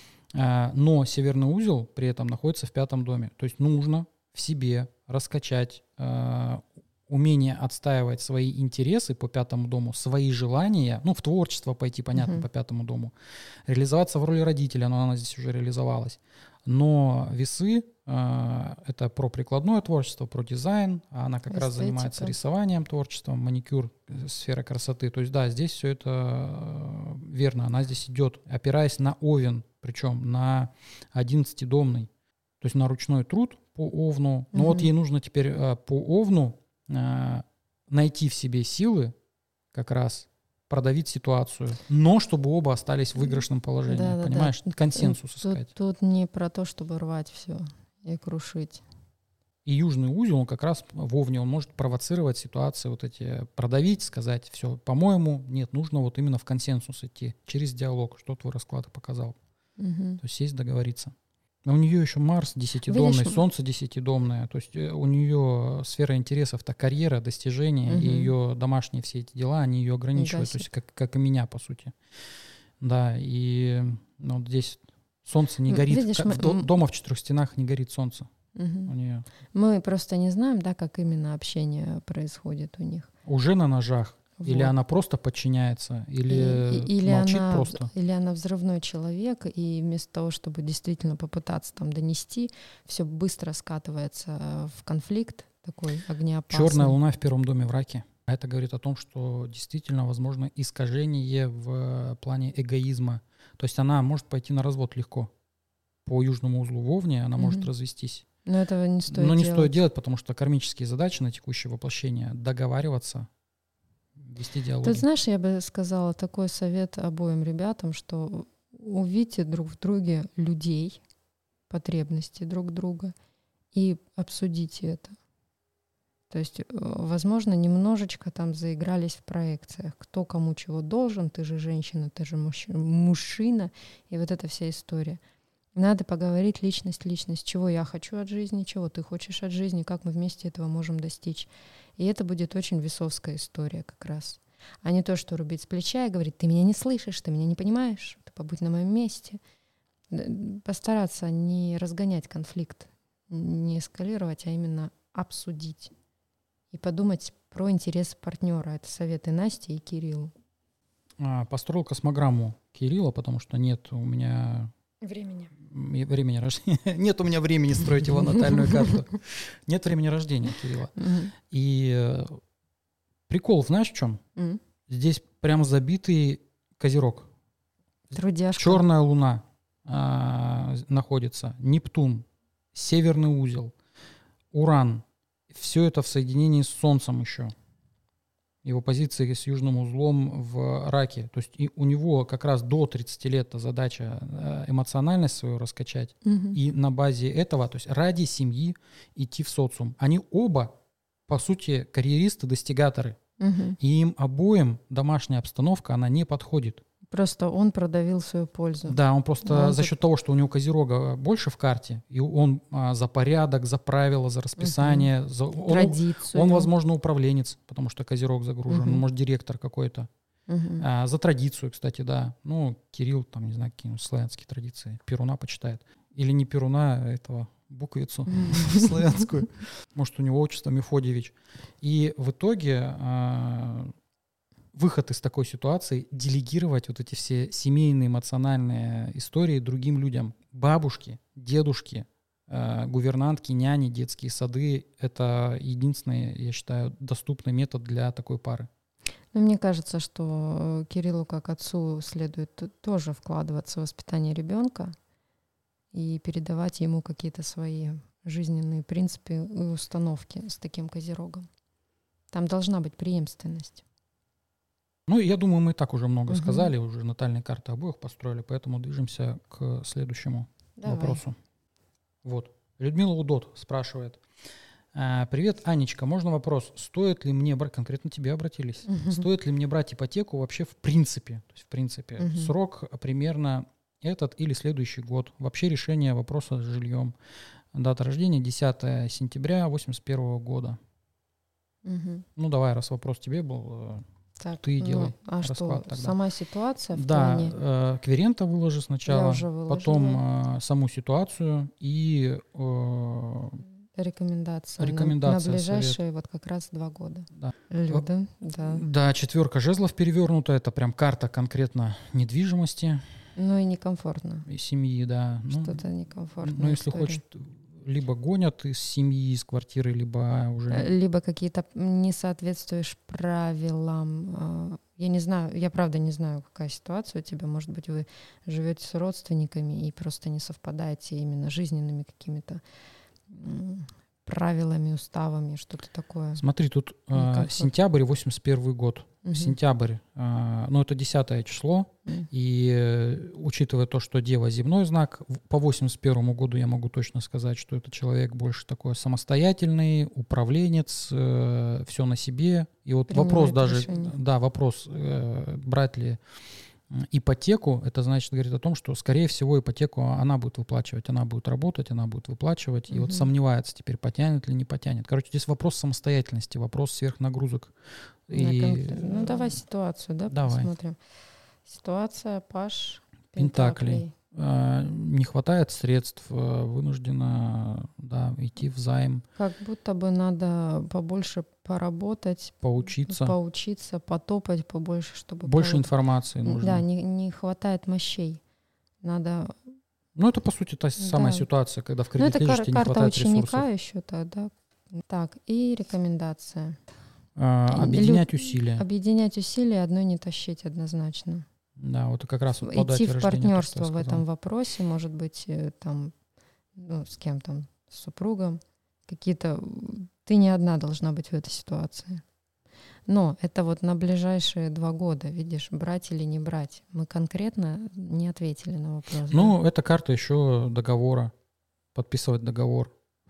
Speaker 1: Но северный узел при этом находится в 5 доме. То есть нужно в себе раскачать умение отстаивать свои интересы по 5 дому, свои желания, ну, в творчество пойти, понятно, по 5 дому, реализоваться в роли родителя, но она здесь уже реализовалась. Но Весы это про прикладное творчество, про дизайн, а она как раз занимается рисованием, творчеством, маникюр, сфера красоты. То есть, да, здесь все это верно. Она здесь идет, опираясь на Овен, причем на 11-домный, то есть на ручной труд по Овну. Но вот ей нужно теперь по Овну найти в себе силы как раз продавить ситуацию, но чтобы оба остались в выигрышном положении, да, понимаешь? Да. Консенсус искать.
Speaker 2: Тут не про то, чтобы рвать все и крушить.
Speaker 1: И южный узел, он как раз в Овне, он может провоцировать ситуации вот эти, продавить, сказать, все, по-моему, нет, нужно вот именно в консенсус идти, через диалог, что твой расклад показал. То есть сесть, договориться. Но у нее еще Марс 10-домный, Солнце 10-домное. То есть у нее сфера интересов-то карьера, достижения, и ее домашние все эти дела, они ее ограничивают. То есть как и меня, по сути. Да, и ну, вот здесь Солнце не горит.
Speaker 2: Видишь,
Speaker 1: дома в 4 стенах не горит Солнце. У нее.
Speaker 2: Мы просто не знаем, да, как именно общение происходит у них.
Speaker 1: Уже на ножах. Вот. Или она просто подчиняется, или молчит просто.
Speaker 2: Или она взрывной человек, и вместо того, чтобы действительно попытаться там донести, все быстро скатывается в конфликт такой огнеопасный.
Speaker 1: Черная луна в 1 доме в Раке. Это говорит о том, что действительно возможно искажение в плане эгоизма. То есть она может пойти на развод легко. По южному узлу в Овне она может развестись.
Speaker 2: Но этого не стоит делать.
Speaker 1: Но не стоит делать, потому что кармические задачи на текущее воплощение — договариваться, вести диалоги.
Speaker 2: Ты знаешь, я бы сказала такой совет обоим ребятам, что увидьте друг в друге людей, потребности друг друга, и обсудите это. То есть, возможно, немножечко там заигрались в проекциях. Кто кому чего должен, ты же женщина, ты же мужчина, и вот эта вся история. Надо поговорить личность, чего я хочу от жизни, чего ты хочешь от жизни, как мы вместе этого можем достичь. И это будет очень весовская история как раз. А не то, что рубить с плеча и говорить: ты меня не слышишь, ты меня не понимаешь, ты побудь на моем месте. Постараться не разгонять конфликт, не эскалировать, а именно обсудить. И подумать про интересы партнера. Это советы Насти и Кириллу.
Speaker 1: Построил космограмму Кирилла, потому что нет у меня времени рождения. Нет у меня времени строить его натальную карту. Нет времени рождения Кирилла. И прикол, знаешь, в чем? Здесь прям забитый козерог.
Speaker 2: Трудяшка.
Speaker 1: Черная луна находится, Нептун, северный узел, Уран. Все это в соединении с Солнцем еще. Его позиции с южным узлом в Раке. То есть и у него как раз до 30 лет задача эмоциональность свою раскачать. И на базе этого, то есть ради семьи идти в социум. Они оба, по сути, карьеристы-достигаторы. И им обоим домашняя обстановка, она не подходит.
Speaker 2: Просто он продавил свою пользу.
Speaker 1: Да, он просто за счет того, что у него козерога больше в карте, и он за порядок, за правила, за расписание, за
Speaker 2: традицию.
Speaker 1: Он, возможно, управленец, потому что козерог загружен, может, директор какой-то. За традицию, кстати, да. Ну, Кирилл, там, не знаю, какие-нибудь славянские традиции. Перуна почитает. Или не Перуна, а этого буквицу славянскую. Может, у него отчество Мефодьевич. И в итоге выход из такой ситуации — делегировать вот эти все семейные эмоциональные истории другим людям. Бабушки, дедушки, гувернантки, няни, детские сады — это единственный, я считаю, доступный метод для такой пары.
Speaker 2: Но мне кажется, что Кириллу как отцу следует тоже вкладываться в воспитание ребенка и передавать ему какие-то свои жизненные принципы и установки с таким козерогом. Там должна быть преемственность.
Speaker 1: Ну, я думаю, мы и так уже много сказали, уже натальные карты обоих построили, поэтому движемся к следующему вопросу. Вот. Людмила Удот спрашивает. Привет, Анечка, можно вопрос? Стоит ли мне брать, конкретно тебе обратились, стоит ли мне брать ипотеку вообще в принципе? То есть в принципе. Срок примерно этот или следующий год. Вообще решение вопроса с жильем. Дата рождения 10 сентября 1981 года. Ну, давай, раз вопрос тебе был...
Speaker 2: Так,
Speaker 1: ты делай
Speaker 2: расклад
Speaker 1: тогда.
Speaker 2: Сама ситуация в
Speaker 1: плане?
Speaker 2: Да,
Speaker 1: Кверента выложи сначала,
Speaker 2: я уже выложила.
Speaker 1: Потом саму ситуацию и
Speaker 2: рекомендация на ближайшие совет. Вот как раз 2 года.
Speaker 1: Да.
Speaker 2: Люда, да.
Speaker 1: Да, 4 жезлов перевернута, это прям карта конкретно недвижимости.
Speaker 2: Ну и некомфортно.
Speaker 1: И семьи, да.
Speaker 2: Что-то некомфортно.
Speaker 1: Ну, если хочешь, либо гонят из семьи, из квартиры, либо уже...
Speaker 2: Либо какие-то не соответствуешь правилам. Я не знаю, я правда не знаю, какая ситуация у тебя. Может быть, вы живете с родственниками и просто не совпадаете именно жизненными какими-то правилами, уставами, что-то такое.
Speaker 1: Смотри, тут сентябрь 81 год. Сентябрь, ну это 10 число, и учитывая то, что Дева земной знак, по 81 году я могу точно сказать, что это человек больше такой самостоятельный, управленец, все на себе. И вот принимает вопрос даже, решение. Да, вопрос, брать ли ипотеку, это значит, говорит о том, что, скорее всего, ипотеку она будет выплачивать, она будет работать, она будет выплачивать, и вот сомневается теперь, потянет или не потянет. Короче, здесь вопрос самостоятельности, вопрос сверхнагрузок.
Speaker 2: Ну, давай ситуацию, да, посмотрим. Ситуация, Паш Пентаклей.
Speaker 1: Не хватает средств, вынуждена идти в займ.
Speaker 2: Как будто бы надо побольше поработать, поучиться, потопать побольше, чтобы...
Speaker 1: Больше информации нужно.
Speaker 2: Да, не хватает мощей. Надо...
Speaker 1: Ну, это, по сути, та самая ситуация, когда в кредит лежишь, тебе не хватает ресурсов.
Speaker 2: Это карта ученика еще тогда. Так, и рекомендация.
Speaker 1: Объединять усилия.
Speaker 2: Объединять усилия, одной не тащить однозначно.
Speaker 1: Да, вот как раз
Speaker 2: идти в партнерство в этом вопросе, может быть, там, с кем там, с супругом, какие-то... Ты не одна должна быть в этой ситуации. Но это вот на ближайшие 2 года, видишь, брать или не брать. Мы конкретно не ответили на вопрос.
Speaker 1: Ну, это карта еще договора, подписывать договор.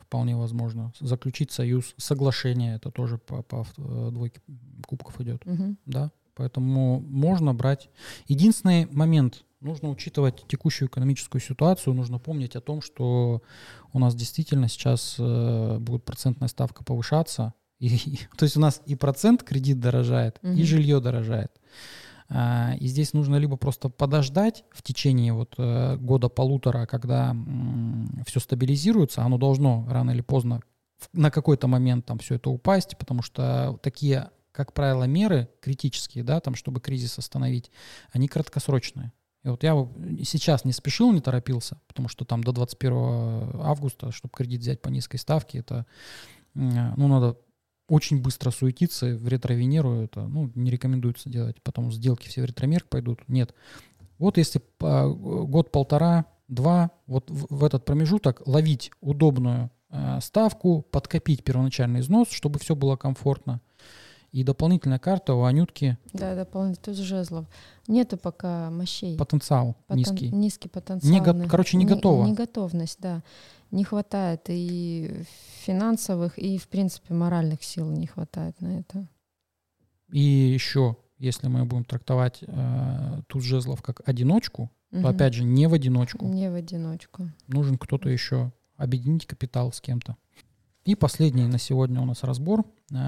Speaker 1: вполне возможно. Заключить союз, соглашение, это тоже по двойке кубков идет. Да, поэтому можно брать. Единственный момент, нужно учитывать текущую экономическую ситуацию, нужно помнить о том, что у нас действительно сейчас будет процентная ставка повышаться. То есть у нас и процент кредит дорожает, и жилье дорожает. И здесь нужно либо просто подождать в течение года-полутора, когда все стабилизируется, оно должно рано или поздно на какой-то момент там все это упасть, потому что такие, как правило, меры критические, да, там, чтобы кризис остановить, они краткосрочные. И вот я сейчас не спешил, не торопился, потому что там до 21 августа, чтобы кредит взять по низкой ставке, это, надо очень быстро суетиться в ретро-Венеру, это, не рекомендуется делать, потом сделки все в ретромер пойдут. Нет. Вот если год-полтора, два, вот в этот промежуток ловить удобную ставку, подкопить первоначальный износ, чтобы все было комфортно. И дополнительная карта у Анютки.
Speaker 2: Да, дополнительный туз жезлов. Нету пока мощей.
Speaker 1: Потенциал низкий.
Speaker 2: Низкий потенциал.
Speaker 1: Не готова.
Speaker 2: Не готовность, да. Не хватает и финансовых, и, в принципе, моральных сил не хватает на это.
Speaker 1: И еще, если мы будем трактовать туз жезлов как одиночку, то, опять же, не в одиночку.
Speaker 2: Не в одиночку.
Speaker 1: Нужен кто-то еще. Объединить капитал с кем-то. И последний на сегодня у нас разбор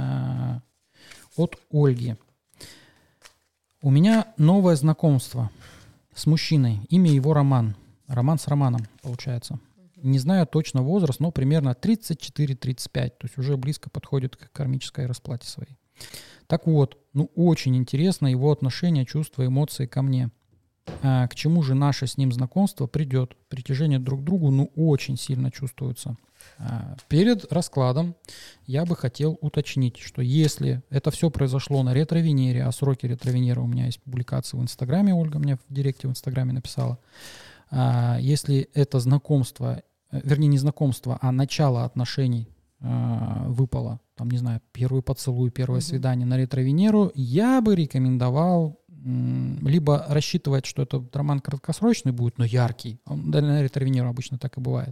Speaker 1: от Ольги. У меня новое знакомство с мужчиной. Имя его Роман. Роман с Романом, получается. Не знаю точно возраст, но примерно 34-35. То есть уже близко подходит к кармической расплате своей. Так вот, очень интересно его отношение, чувства, эмоции ко мне. К чему же наше с ним знакомство придет? Притяжение друг к другу, очень сильно чувствуется. Перед раскладом я бы хотел уточнить, что если это все произошло на ретро-Венере, а сроки ретро-Венеры у меня есть публикации в Инстаграме, Ольга мне в директе в Инстаграме написала, если это знакомство, вернее не знакомство, а начало отношений выпало, там, не знаю, первый поцелуй, первое свидание на ретро-Венеру, я бы рекомендовал либо рассчитывать, что этот роман краткосрочный будет, но яркий, на ретро-Венеру обычно так и бывает,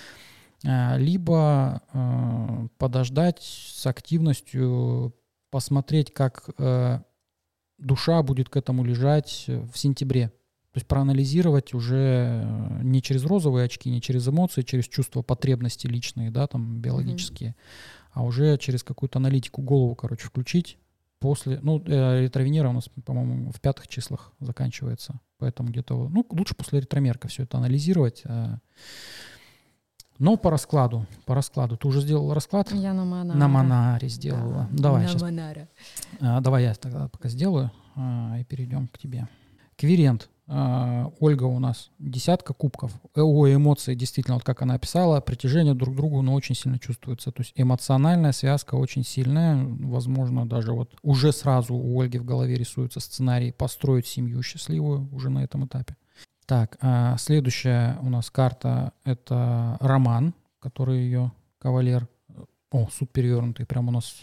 Speaker 1: либо подождать с активностью, посмотреть, как душа будет к этому лежать в сентябре. То есть проанализировать уже не через розовые очки, не через эмоции, через чувства, потребности личные, да, там, биологические, а уже через какую-то аналитику, голову, включить. После, ретро-Венера у нас, по-моему, в 5 числах заканчивается, поэтому где-то, лучше после ретромерка все это анализировать. Но по раскладу. Ты уже сделала расклад?
Speaker 2: Я на Монаре.
Speaker 1: На Монаре сделала.
Speaker 2: Да,
Speaker 1: давай
Speaker 2: на
Speaker 1: сейчас.
Speaker 2: Монаре.
Speaker 1: Давай я тогда пока сделаю и перейдем к тебе. Квирент. Ольга у нас 10 кубков. Эмоции действительно, вот как она описала, притяжение друг к другу, очень сильно чувствуется. То есть эмоциональная связка очень сильная. Возможно, даже уже сразу у Ольги в голове рисуется сценарий построить семью счастливую уже на этом этапе. Так, следующая у нас карта — это Роман, который ее кавалер. Суд перевернутый, прям у нас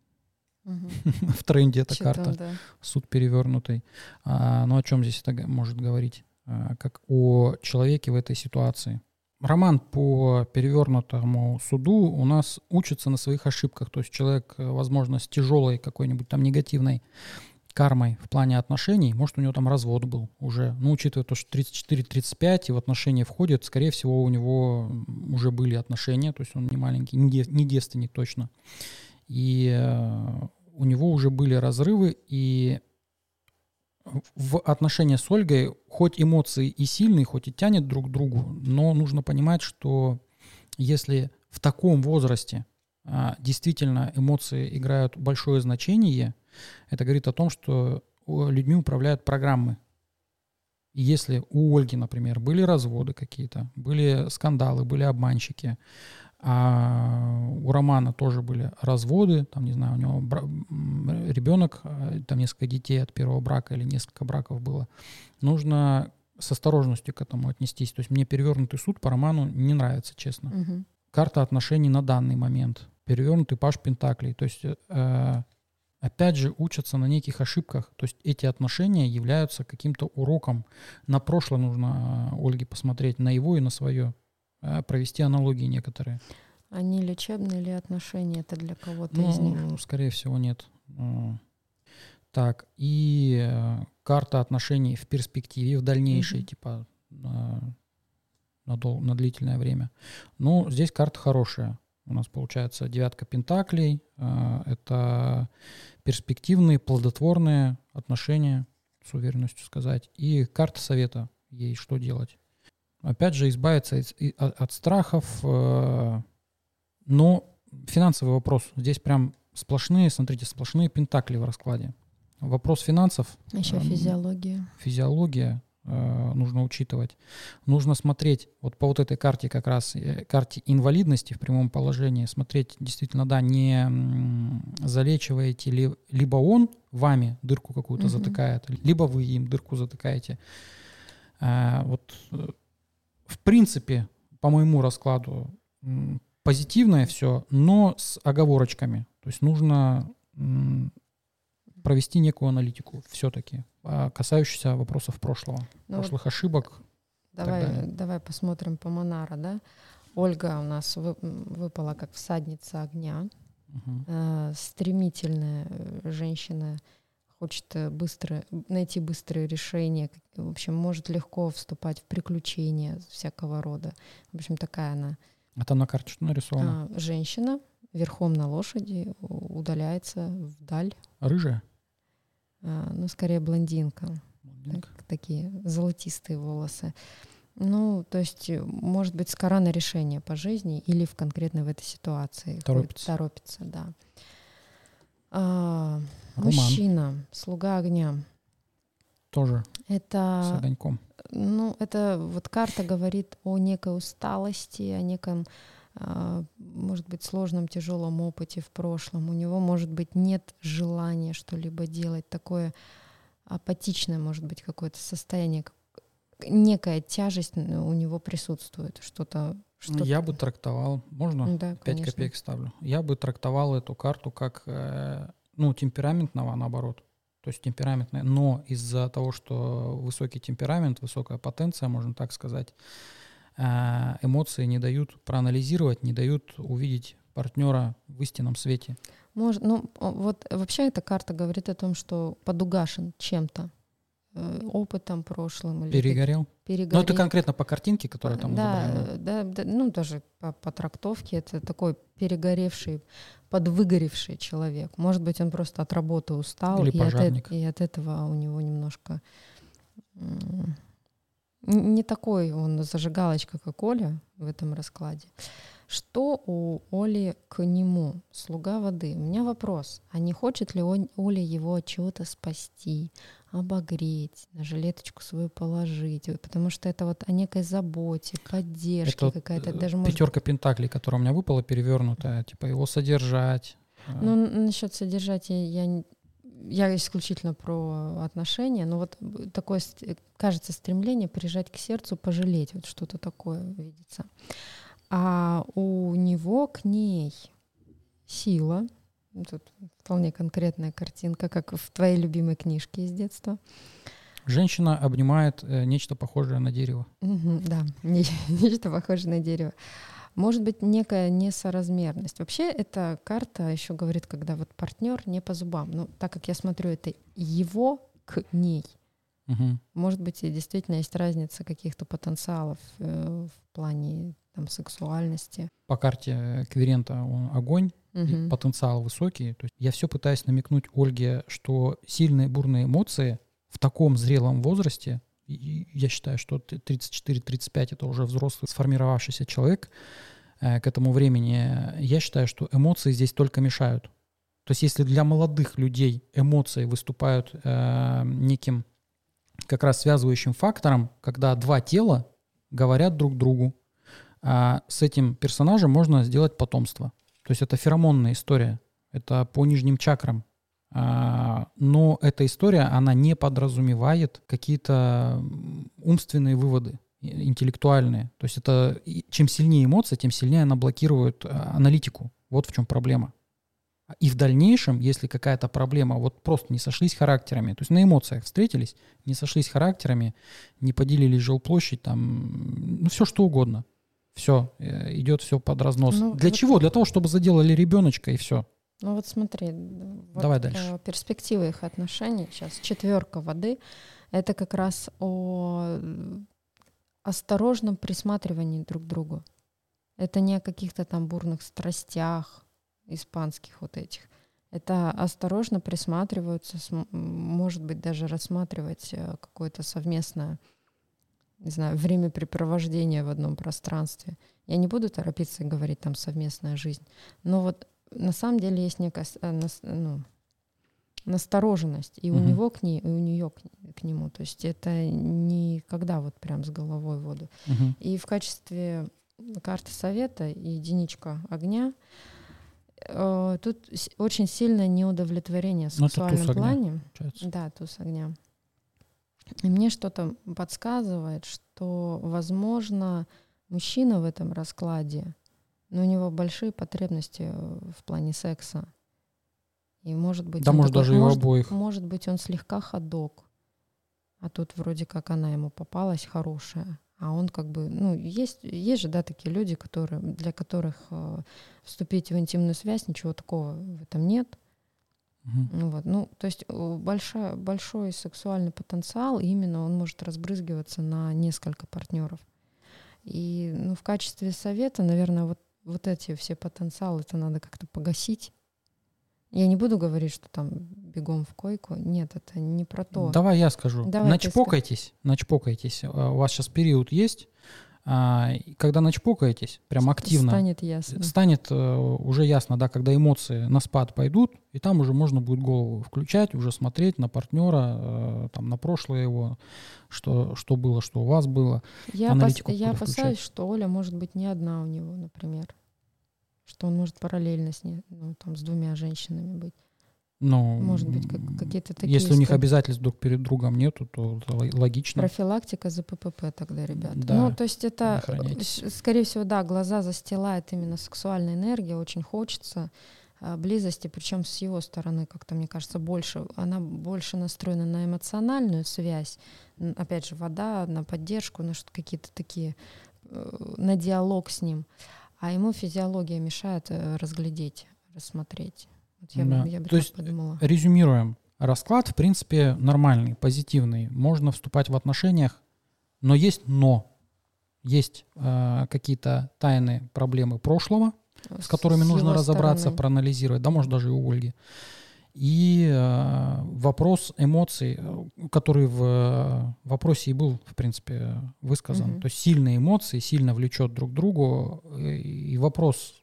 Speaker 1: в тренде эта карта. Да. Суд перевернутый. О чем здесь это может говорить? Как о человеке в этой ситуации. Роман по перевернутому суду у нас учится на своих ошибках. То есть человек, возможно, с тяжелой какой-нибудь там негативной кармой в плане отношений, может, у него там развод был уже, учитывая то, что 34-35 и в отношения входит, скорее всего, у него уже были отношения, то есть он не маленький, не девственник точно. И у него уже были разрывы, и в отношениях с Ольгой хоть эмоции и сильные, хоть и тянет друг к другу, но нужно понимать, что если в таком возрасте действительно эмоции играют большое значение, это говорит о том, что людьми управляют программы. И если у Ольги, например, были разводы какие-то, были скандалы, были обманщики, а у Романа тоже были разводы, там, не знаю, у него ребенок, там несколько детей от первого брака или несколько браков было, нужно с осторожностью к этому отнестись. То есть мне перевернутый суд по Роману не нравится, честно. Карта отношений на данный момент. Перевернутый паж пентаклей. То есть опять же учатся на неких ошибках. То есть эти отношения являются каким-то уроком. На прошлое нужно Ольге посмотреть, на его и на свое. Провести аналогии некоторые.
Speaker 2: Они лечебные или отношения? Это для кого-то из них?
Speaker 1: Ну, скорее всего, нет. Так, и карта отношений в перспективе, в дальнейшей, типа на длительное время. Ну, здесь карта хорошая. У нас получается 9 пентаклей. Это перспективные, плодотворные отношения, с уверенностью сказать. И карта совета ей, что делать. Опять же, избавиться от страхов. Но финансовый вопрос. Здесь прям сплошные, смотрите, сплошные пентакли в раскладе. Вопрос финансов.
Speaker 2: Еще физиология.
Speaker 1: Физиология нужно учитывать. Нужно смотреть вот по вот этой карте, как раз карте инвалидности в прямом положении, смотреть действительно, да, не залечиваете ли, либо он вами дырку какую-то затыкает, либо вы им дырку затыкаете. Вот в принципе, по моему раскладу, позитивное все, но с оговорочками. То есть нужно провести некую аналитику все-таки, касающуюся вопросов прошлого, прошлых ошибок.
Speaker 2: Давай посмотрим по Монара, да? Ольга у нас выпала как всадница огня. Стремительная женщина, хочет найти быстрые решения, в общем, может легко вступать в приключения всякого рода. В общем, такая она.
Speaker 1: А там на карте что нарисовано?
Speaker 2: Женщина верхом на лошади удаляется вдаль.
Speaker 1: Рыжая?
Speaker 2: Ну, скорее блондинка. Такие золотистые волосы. Ну, то есть, может быть, скоро на решение по жизни или конкретно в этой ситуации. Торопится, да. Мужчина, слуга огня.
Speaker 1: Тоже
Speaker 2: это,
Speaker 1: с огоньком.
Speaker 2: Ну, это вот карта говорит о некой усталости, о неком, может быть, сложном, тяжелом опыте в прошлом. У него, может быть, нет желания что-либо делать. Такое апатичное, может быть, какое-то состояние, некая тяжесть у него присутствует. Что-то.
Speaker 1: Я бы трактовал, можно?
Speaker 2: Да,
Speaker 1: 5
Speaker 2: конечно.
Speaker 1: копеек ставлю. Я бы трактовал эту карту как, темпераментного, наоборот. То есть темпераментная, но из-за того, что высокий темперамент, высокая потенция, можно так сказать, эмоции не дают проанализировать, не дают увидеть партнера в истинном свете.
Speaker 2: Вот вообще эта карта говорит о том, что подугашен чем-то, опытом прошлым.
Speaker 1: Перегорел? Ну, это конкретно по картинке, которая там изображена.
Speaker 2: Да, ну, даже по трактовке это такой перегоревший, подвыгоревший человек. Может быть, он просто от работы устал,
Speaker 1: или пожарник.
Speaker 2: И от этого у него немножко не такой он зажигалочка, как Оля в этом раскладе. Что у Оли к нему? Слуга воды. У меня вопрос. А не хочет ли Оля его от чего-то спасти, обогреть, на жилеточку свою положить? Потому что это вот о некой заботе, поддержке
Speaker 1: это
Speaker 2: какая-то. Даже
Speaker 1: пятерка пентаклей, которая у меня выпала, перевернутая, типа его содержать.
Speaker 2: Ну, насчет содержать я исключительно про отношения, но вот такое, кажется, стремление прижать к сердцу, пожалеть, вот что-то такое видится. А у него к ней сила. Тут вполне конкретная картинка, как в твоей любимой книжке из детства.
Speaker 1: Женщина обнимает нечто похожее на дерево.
Speaker 2: Да, нечто похожее на дерево. Может быть, некая несоразмерность. Вообще, эта карта еще говорит, когда вот партнер не по зубам. Но так как я смотрю, это его к ней. Может быть, и действительно есть разница каких-то потенциалов в плане там, сексуальности.
Speaker 1: По карте Кверента он огонь, и потенциал высокий. То есть я все пытаюсь намекнуть Ольге, что сильные бурные эмоции в таком зрелом возрасте, и я считаю, что 34-35 это уже взрослый сформировавшийся человек, к этому времени, я считаю, что эмоции здесь только мешают. То есть если для молодых людей эмоции выступают неким как раз связывающим фактором, когда два тела говорят друг другу, с этим персонажем можно сделать потомство. То есть это феромонная история, это по нижним чакрам. Но эта история, она не подразумевает какие-то умственные выводы, интеллектуальные. То есть это чем сильнее эмоции, тем сильнее она блокирует аналитику. Вот в чем проблема. И в дальнейшем, если какая-то проблема, вот просто не сошлись характерами, то есть на эмоциях встретились, не сошлись характерами, не поделили жилплощадь, там, ну все что угодно. все, идет все под разнос.
Speaker 2: Ну,
Speaker 1: Для
Speaker 2: вот-
Speaker 1: чего? Для того, чтобы заделали ребеночка, и все.
Speaker 2: Ну вот смотри, вот,
Speaker 1: Давай дальше.
Speaker 2: перспективы их отношений. Сейчас 4 воды. Это как раз о осторожном присматривании друг к другу. Это не о каких-то там бурных страстях испанских вот этих. Это осторожно присматриваются, может быть, даже рассматривать какое-то совместное, не знаю, времяпрепровождение в одном пространстве. Я не буду торопиться и говорить там совместная жизнь. Но вот на самом деле есть некая настороженность и у
Speaker 1: Мгм.
Speaker 2: него к ней, и у нее к нему. То есть это не когда вот прям с головой в воду.
Speaker 1: Мгм.
Speaker 2: И в качестве карты совета и единичка огня тут очень сильное неудовлетворение в
Speaker 1: Ну, это туз
Speaker 2: сексуальном
Speaker 1: огня.
Speaker 2: плане.
Speaker 1: Получается.
Speaker 2: Да, туз огня. И мне что-то подсказывает, что, возможно, мужчина в этом раскладе, но у него большие потребности в плане секса. И может быть,
Speaker 1: Да,
Speaker 2: он
Speaker 1: может,
Speaker 2: такой-
Speaker 1: даже и у обоих.
Speaker 2: может быть, он слегка ходок. А тут вроде как она ему попалась хорошая. А он как бы, ну, есть же, да, такие люди, для которых вступить в интимную связь, ничего такого в этом нет.
Speaker 1: Мгм.
Speaker 2: Ну вот, ну, то есть большой сексуальный потенциал, и именно он может разбрызгиваться на несколько партнеров. И ну, в качестве совета, наверное, вот эти все потенциалы это надо как-то погасить. Я не буду говорить, что там бегом в койку. Нет, это не про то.
Speaker 1: Давай я скажу.
Speaker 2: Давай ты
Speaker 1: Начпокайтесь. У вас сейчас период есть. И когда начпокаетесь, прям активно,
Speaker 2: Станет ясно.
Speaker 1: станет уже ясно, да, когда эмоции на спад пойдут, и там уже можно будет голову включать, уже смотреть на партнера, там, на прошлое его, что было, что у вас было.
Speaker 2: Я
Speaker 1: аналитику
Speaker 2: опасаюсь,
Speaker 1: включать.
Speaker 2: что Оля может быть не одна у него, например. Что он может параллельно с ней, ну, там, с 2 женщинами быть.
Speaker 1: Ну,
Speaker 2: Может быть, какие-то такие
Speaker 1: если у них
Speaker 2: истории.
Speaker 1: обязательств друг перед другом нету, то это логично.
Speaker 2: Профилактика за ППП тогда, ребята.
Speaker 1: Да,
Speaker 2: Ну, то есть это,
Speaker 1: охраняйтесь.
Speaker 2: скорее всего, да, глаза застилает именно сексуальная энергия, очень хочется близости, причем с его стороны, как-то, мне кажется, она больше настроена на эмоциональную связь, опять же, вода, на поддержку, на что какие-то такие, на диалог с ним, а ему физиология мешает разглядеть, рассмотреть. Вот
Speaker 1: Да.
Speaker 2: я бы
Speaker 1: То
Speaker 2: так
Speaker 1: есть,
Speaker 2: подумала.
Speaker 1: резюмируем. Расклад, в принципе, нормальный, позитивный. Можно вступать в отношениях, но есть но. Есть какие-то тайные проблемы прошлого, с которыми нужно
Speaker 2: его
Speaker 1: разобраться,
Speaker 2: стороны.
Speaker 1: проанализировать, да, может, даже и у Ольги. И вопрос эмоций, который в вопросе и был, в принципе, высказан.
Speaker 2: Мгм.
Speaker 1: То есть сильные эмоции сильно влечет друг к другу. И вопрос,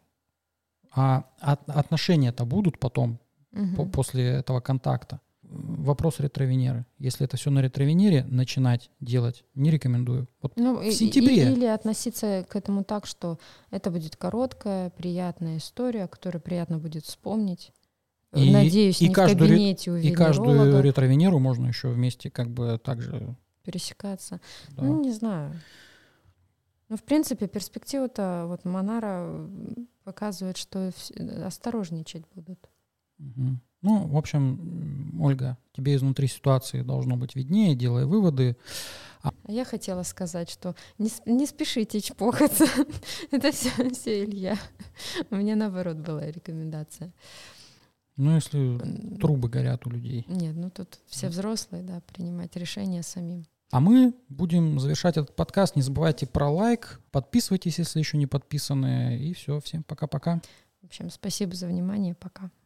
Speaker 1: а отношения-то будут потом,
Speaker 2: Мгм.
Speaker 1: после этого контакта? Вопрос ретро-Венеры. Если это все на ретро-Венере, начинать делать не рекомендую. Вот
Speaker 2: Ну,
Speaker 1: в сентябре.
Speaker 2: или относиться к этому так, что это будет короткая, приятная история, которую приятно будет вспомнить.
Speaker 1: И-
Speaker 2: Надеюсь,
Speaker 1: и
Speaker 2: не
Speaker 1: каждую
Speaker 2: в кабинете у
Speaker 1: И каждую
Speaker 2: венеролога
Speaker 1: ретро-Венеру можно еще вместе как бы также...
Speaker 2: пересекаться.
Speaker 1: Да.
Speaker 2: Ну, не знаю. Ну, в принципе, перспектива-то, вот Манара показывает, что осторожничать будут.
Speaker 1: Мгм. Ну, в общем, Ольга, тебе изнутри ситуации должно быть виднее, делай выводы.
Speaker 2: А я хотела сказать, что не спешите чпокаться. Это все Илья. У меня, наоборот, была рекомендация.
Speaker 1: Ну, если трубы горят у людей.
Speaker 2: Нет, ну тут все взрослые, да, принимать решения самим.
Speaker 1: А мы будем завершать этот подкаст. Не забывайте про лайк, подписывайтесь, если еще не подписаны. И все, всем пока-пока.
Speaker 2: В общем, спасибо за внимание, пока.